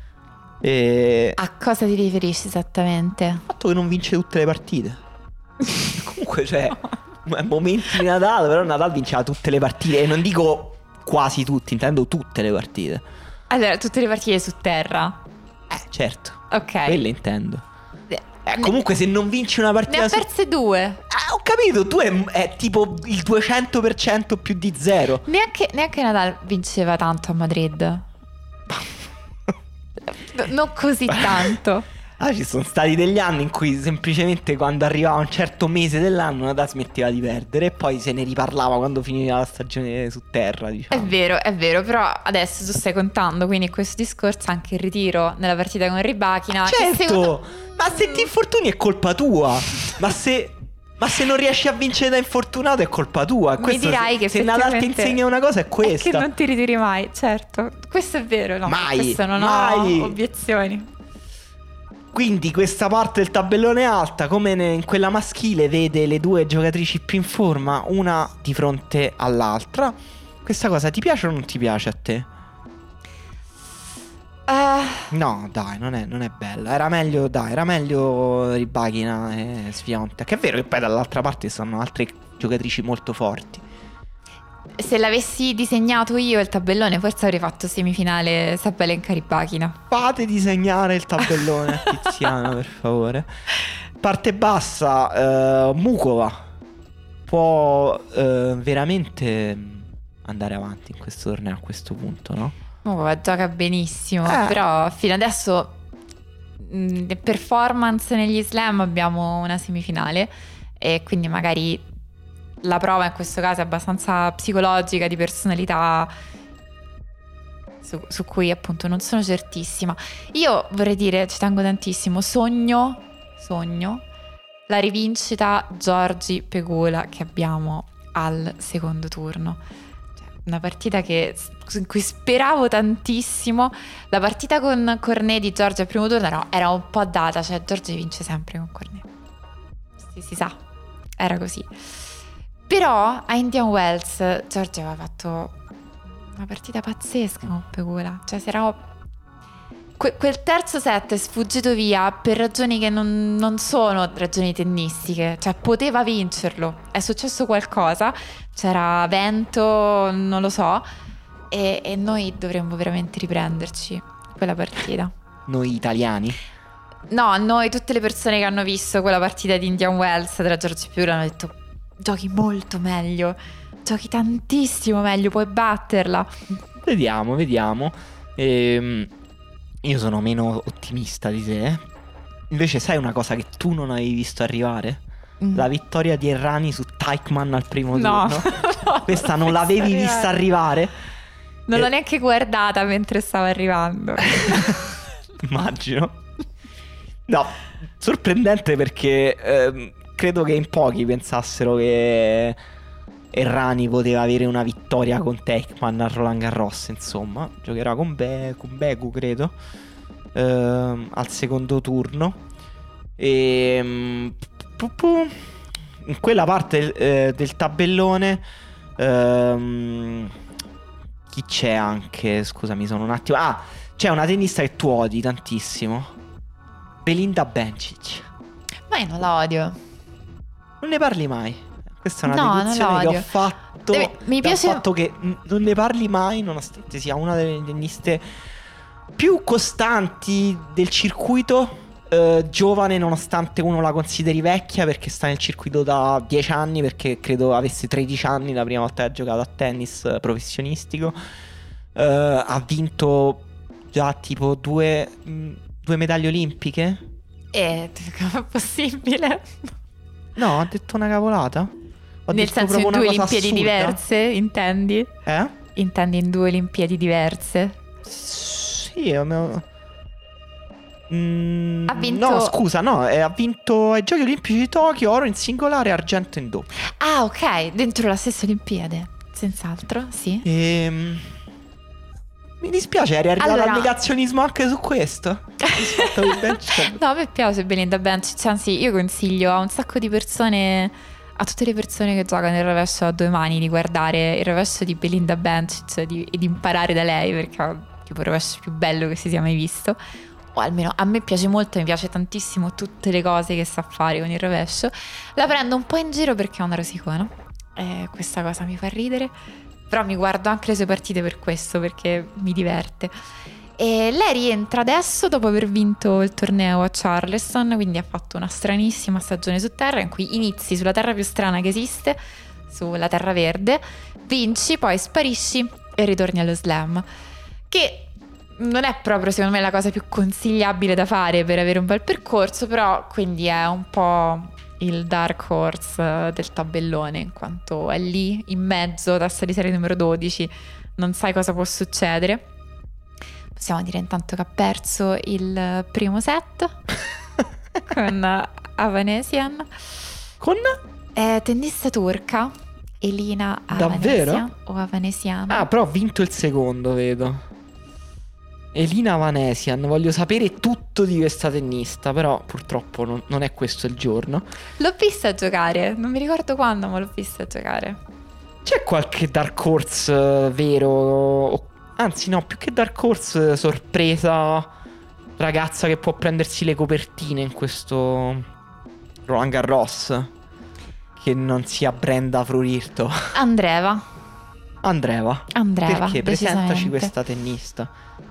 E A cosa ti riferisci esattamente? il fatto che non vince tutte le partite. Comunque, cioè, momenti di Nadal, però Nadal vinceva tutte le partite. E non dico quasi tutte, intendo tutte le partite. Allora, tutte le partite su terra. Eh, certo. Ok. Quelle intendo. Ne- Eh, comunque, se non vinci una Ne partita ha su... perse due. Eh, ho capito, tu è, è tipo il duecento per cento più di zero. Neanche, neanche Nadal vinceva tanto a Madrid. No, non così tanto. Ah, ci sono stati degli anni in cui semplicemente quando arrivava un certo mese dell'anno Nadal smetteva di perdere e poi se ne riparlava quando finiva la stagione su terra, È diciamo. vero, è vero, però adesso tu stai contando, quindi in questo discorso anche il ritiro nella partita con Rybakina. che Certo, secondo- ma se ti infortuni è colpa tua. Ma se, ma se non riesci a vincere da infortunato è colpa tua. Mi Questo dirai se, che se Nadal ti effettivamente insegna una cosa è è questa. che non ti ritiri mai, certo. Questo è vero, no? Mai, Questo non mai. ho obiezioni. Quindi questa parte del tabellone è alta, come in quella maschile vede le due giocatrici più in forma, una di fronte all'altra. Questa cosa ti piace o non ti piace a te? Uh, No, dai, non è, non è bella. Era meglio, dai, era meglio Rybakina e Swiatek. Che è vero che poi dall'altra parte stanno altre giocatrici molto forti. Se l'avessi disegnato io il tabellone, forse avrei fatto semifinale Sabalenka Rybakina. Fate disegnare il tabellone a Tiziana, per favore. Parte bassa, uh, Mukova può uh, veramente andare avanti in questo torneo a questo punto, no? Mukova gioca benissimo, eh. però fino adesso mh, performance negli slam abbiamo una semifinale e quindi magari la prova in questo caso è abbastanza psicologica, di personalità, su, su cui appunto non sono certissima. Io vorrei dire, ci tengo tantissimo, sogno, sogno la rivincita Giorgi Pegula che abbiamo al secondo turno. Cioè, una partita che, in cui speravo tantissimo. La partita con Cornet di Giorgi al primo turno era, era un po' data, cioè Giorgi vince sempre con Cornet. Si, si sa, era così. Però a Indian Wells Giorgi aveva fatto una partita pazzesca con Pegula. Cioè si era... Que- quel terzo set è sfuggito via per ragioni che non, non sono ragioni tennistiche. Cioè poteva vincerlo. È successo qualcosa. C'era vento, non lo so. E, e noi dovremmo veramente riprenderci quella partita. Noi italiani? No, noi, tutte le persone che hanno visto quella partita di Indian Wells tra Giorgi Pegula hanno detto: giochi molto meglio, giochi tantissimo meglio, puoi batterla. Vediamo, vediamo. Ehm, io sono meno ottimista di te. Invece sai una cosa che tu non avevi visto arrivare? Mm. La vittoria di Errani su Teichmann al primo no, turno. no, Questa non l'avevi arrivare. vista arrivare? Non eh. l'ho neanche guardata mentre stava arrivando. Immagino. No, sorprendente perché... Ehm, credo che in pochi pensassero che Errani poteva avere una vittoria con Teichmann a Roland Garros. Insomma, giocherà con, Be- con Begu, credo, ehm, al secondo turno. E in quella parte eh, del tabellone ehm, chi c'è anche? Scusami, sono un attimo. Ah, c'è una tennista che tu odi tantissimo, Belinda Bencic. Ma io non la odio. Non ne parli mai. Questa è una no, deduzione che ho fatto. Deve, mi piace il fatto che non ne parli mai, nonostante sia una delle tenniste più costanti del circuito. Eh, giovane, nonostante uno la consideri vecchia, perché sta nel circuito da dieci anni. Perché credo avesse tredici anni la prima volta che ha giocato a tennis professionistico. Eh, ha vinto già tipo due, due medaglie olimpiche. Eh, com'è possibile? No, ho detto una cavolata. Ho Nel detto senso in due Olimpiadi assurda. diverse, intendi? Eh? Intendi in due Olimpiadi diverse? Sì, me... mm, ha vinto... No, scusa, no, eh, ha vinto ai Giochi Olimpici di Tokyo oro in singolare e argento in doppio. Ah, ok, dentro la stessa Olimpiade, senz'altro, sì. Ehm... Mi dispiace, eri arrivato allora... al negazionismo anche su questo. No, a me piace Belinda Bencic, anzi io consiglio a un sacco di persone, a tutte le persone che giocano il rovescio a due mani, di guardare il rovescio di Belinda Bencic e di, di imparare da lei, perché è tipo il rovescio più bello che si sia mai visto. O almeno a me piace molto, mi piace tantissimo tutte le cose che sa fare con il rovescio. La prendo un po' in giro perché è una rosicona e questa cosa mi fa ridere. Però mi guardo anche le sue partite per questo, perché mi diverte. E lei rientra adesso dopo aver vinto il torneo a Charleston, quindi ha fatto una stranissima stagione su terra, in cui inizi sulla terra più strana che esiste, sulla terra verde, vinci, poi sparisci e ritorni allo slam, che non è proprio secondo me la cosa più consigliabile da fare per avere un bel percorso, però quindi è un po' il dark horse del tabellone, in quanto è lì in mezzo, testa di serie numero dodici, non sai cosa può succedere. Possiamo dire intanto che ha perso il primo set con Avanesian. Con? È tennista turca, Elina Davvero? Avanesian o Avanesian. Ah, però ha vinto il secondo, vedo. Elina Vanesian, voglio sapere tutto di questa tennista, però purtroppo non, non è questo il giorno. L'ho vista giocare, non mi ricordo quando, ma l'ho vista giocare. C'è qualche dark horse eh, vero? O- Anzi no, più che dark horse, eh, sorpresa, ragazza che può prendersi le copertine in questo Roland Garros, che non sia Brenda Frurirto. Andreeva. Andreeva. Andreeva, Perché? Presentaci decisamente. questa tennista.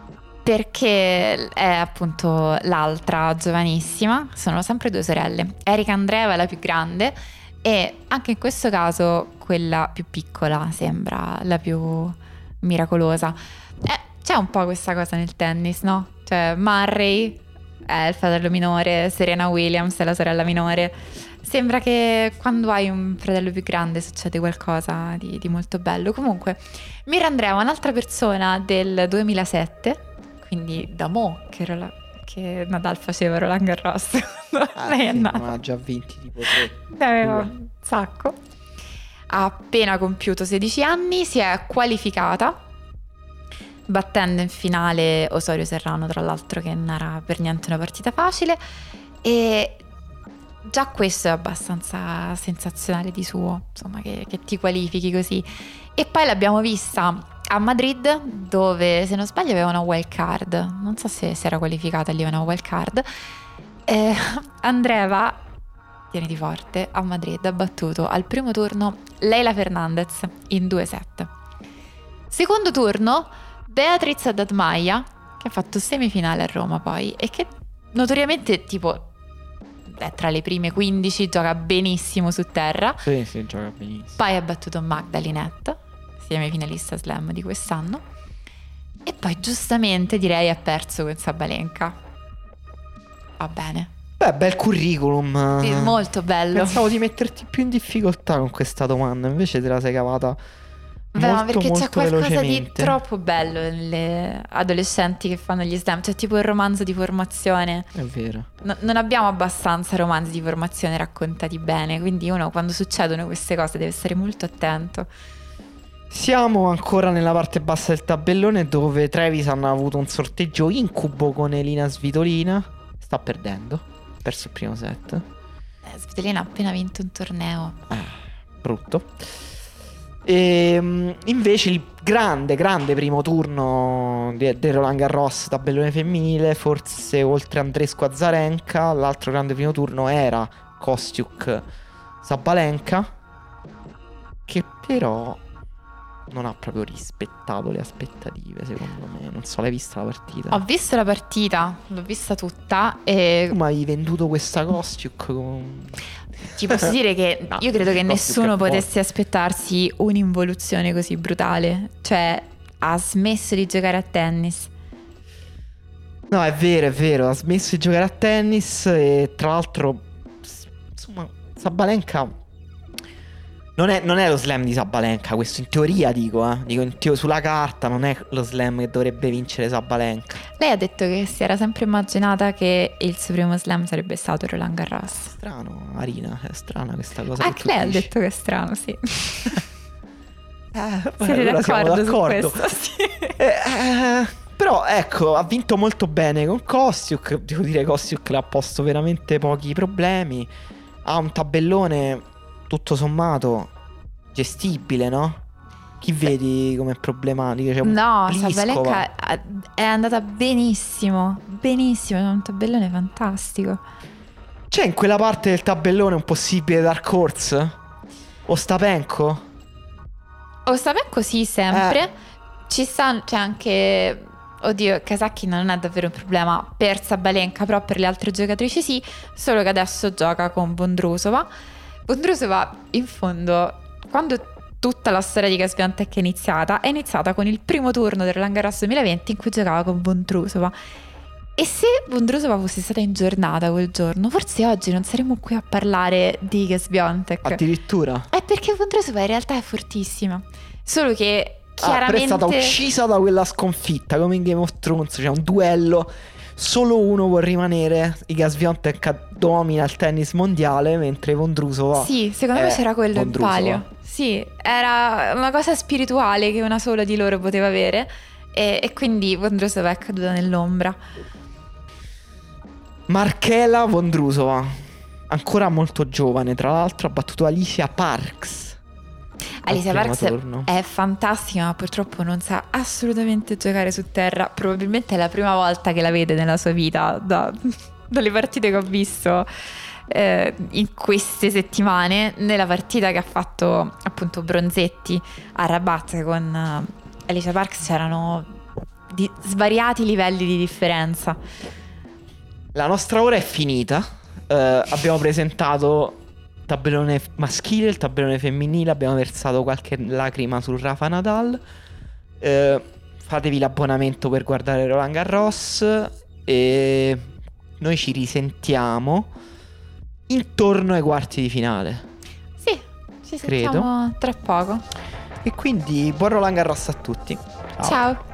Perché è appunto l'altra giovanissima, sono sempre due sorelle. Erika Andreeva è la più grande e anche in questo caso quella più piccola sembra la più miracolosa. Eh, c'è un po' questa cosa nel tennis, no? Cioè Murray è il fratello minore, Serena Williams è la sorella minore. Sembra che quando hai un fratello più grande succede qualcosa di, di molto bello. Comunque Mira Andreeva, un'altra persona del duemilasette, quindi da mo' che, Rola- che Nadal faceva Roland Garros. Ah, Lei è sì, nata. ma ha già vinti tipo tre. Ne aveva Due. un sacco. Ha appena compiuto sedici anni, si è qualificata battendo in finale Osorio Serrano, tra l'altro, che non era per niente una partita facile, e già questo è abbastanza sensazionale di suo, insomma, che, che ti qualifichi così. E poi l'abbiamo vista a Madrid, dove, se non sbaglio, aveva una wild card, non so se si era qualificata lì, una wild card. eh, Andreeva, tieniti forte, a Madrid ha battuto al primo turno Leila Fernandez in due set. Secondo turno Beatriz Haddad Maia, che ha fatto semifinale a Roma poi, e che notoriamente tipo è tra le prime quindici, gioca benissimo su terra. Sì, sì, gioca benissimo. Poi ha battuto Magda Linette, semifinalista slam di quest'anno, e poi giustamente direi ha perso con Sabalenka. Va bene. Beh, bel curriculum. Sì, molto bello. Pensavo di metterti più in difficoltà con questa domanda, invece te la sei cavata Beh, ma molto, perché c'è molto qualcosa di velocemente. troppo bello nelle adolescenti che fanno gli slam, cioè tipo il romanzo di formazione. È vero. No- non abbiamo abbastanza romanzi di formazione raccontati bene, quindi uno quando succedono queste cose deve stare molto attento. Siamo ancora nella parte bassa del tabellone, dove Trevisan ha avuto un sorteggio incubo con Elina Svitolina. Sta perdendo. Ha perso il primo set. Eh, Svitolina ha appena vinto un torneo. Brutto. E mm, invece il grande, grande primo turno di- del Roland Garros tabellone femminile, forse oltre Andrescu Azarenka, l'altro grande primo turno era Kostiuk Sabalenka, che però non ha proprio rispettato le aspettative, secondo me. Non so, l'hai vista la partita? Ho visto la partita, l'ho vista tutta e Tu mi hai venduto questa Kostiuk con... ti posso dire che No, io credo che Kostiuk nessuno è forte. potesse aspettarsi un'involuzione così brutale. Cioè, ha smesso di giocare a tennis. No, è vero, è vero, ha smesso di giocare a tennis e tra l'altro, s- insomma, Sabalenka non è, non è lo slam di Sabalenka, questo in teoria dico, eh. Dico in teo- sulla carta non è lo slam che dovrebbe vincere Sabalenka. Lei ha detto che si era sempre immaginata che il suo primo slam sarebbe stato Roland Garros. Strano, Arina, è strana questa cosa. Anche che tu lei ha dici. detto che è strano, sì. Eh, Siete allora siamo d'accordo su d'accordo. questo? Sì. Eh, eh, però ecco, ha vinto molto bene con Kostiuk. Devo dire che Kostiuk le ha posto veramente pochi problemi. Ha un tabellone tutto sommato gestibile, no? Chi vedi come problematiche? C'è un No, Pliskova. Sabalenka ha- è andata benissimo, benissimo, è un tabellone fantastico. C'è in quella parte del tabellone un possibile dark horse? Ostapenko? Ostapenko sì, sempre. Eh. Ci sta, c'è anche... Oddio, Kasaki non è davvero un problema per Sabalenka, però per le altre giocatrici sì, solo che adesso gioca con Vondrousova. Vondrousova, in fondo, quando tutta la storia di Swiatek è iniziata, è iniziata con il primo turno del Roland Garros duemilaventi in cui giocava con Vondrousova. E se Vondrousova fosse stata in giornata quel giorno, forse oggi non saremmo qui a parlare di Swiatek. Addirittura? È perché Vondrousova in realtà è fortissima, solo che Ah, però è chiaramente... stata uccisa da quella sconfitta, come in Game of Thrones. C'è un duello, solo uno può rimanere. Iga Swiatek domina il tennis mondiale, mentre Vondrousova... Sì, secondo me è c'era quello Vondrousova. in palio. Sì, era una cosa spirituale che una sola di loro poteva avere. e, e quindi Vondrousova è caduta nell'ombra. Markela Vondrousova, ancora molto giovane, tra l'altro ha battuto Alicia Parks. Alicia Parks è fantastica, ma purtroppo non sa assolutamente giocare su terra. Probabilmente è la prima volta che la vede nella sua vita, da, dalle partite che ho visto eh, in queste settimane. Nella partita che ha fatto appunto Bronzetti a Rabat con uh, Alicia Parks c'erano di svariati livelli di differenza. La nostra ora è finita. Uh, abbiamo presentato il tabellone maschile, il tabellone femminile, abbiamo versato qualche lacrima su Rafa Nadal. Uh, fatevi l'abbonamento per guardare Roland Garros e noi ci risentiamo intorno ai quarti di finale. Sì, ci credo. sentiamo tra poco. E quindi buon Roland Garros a tutti. Ciao. Ciao.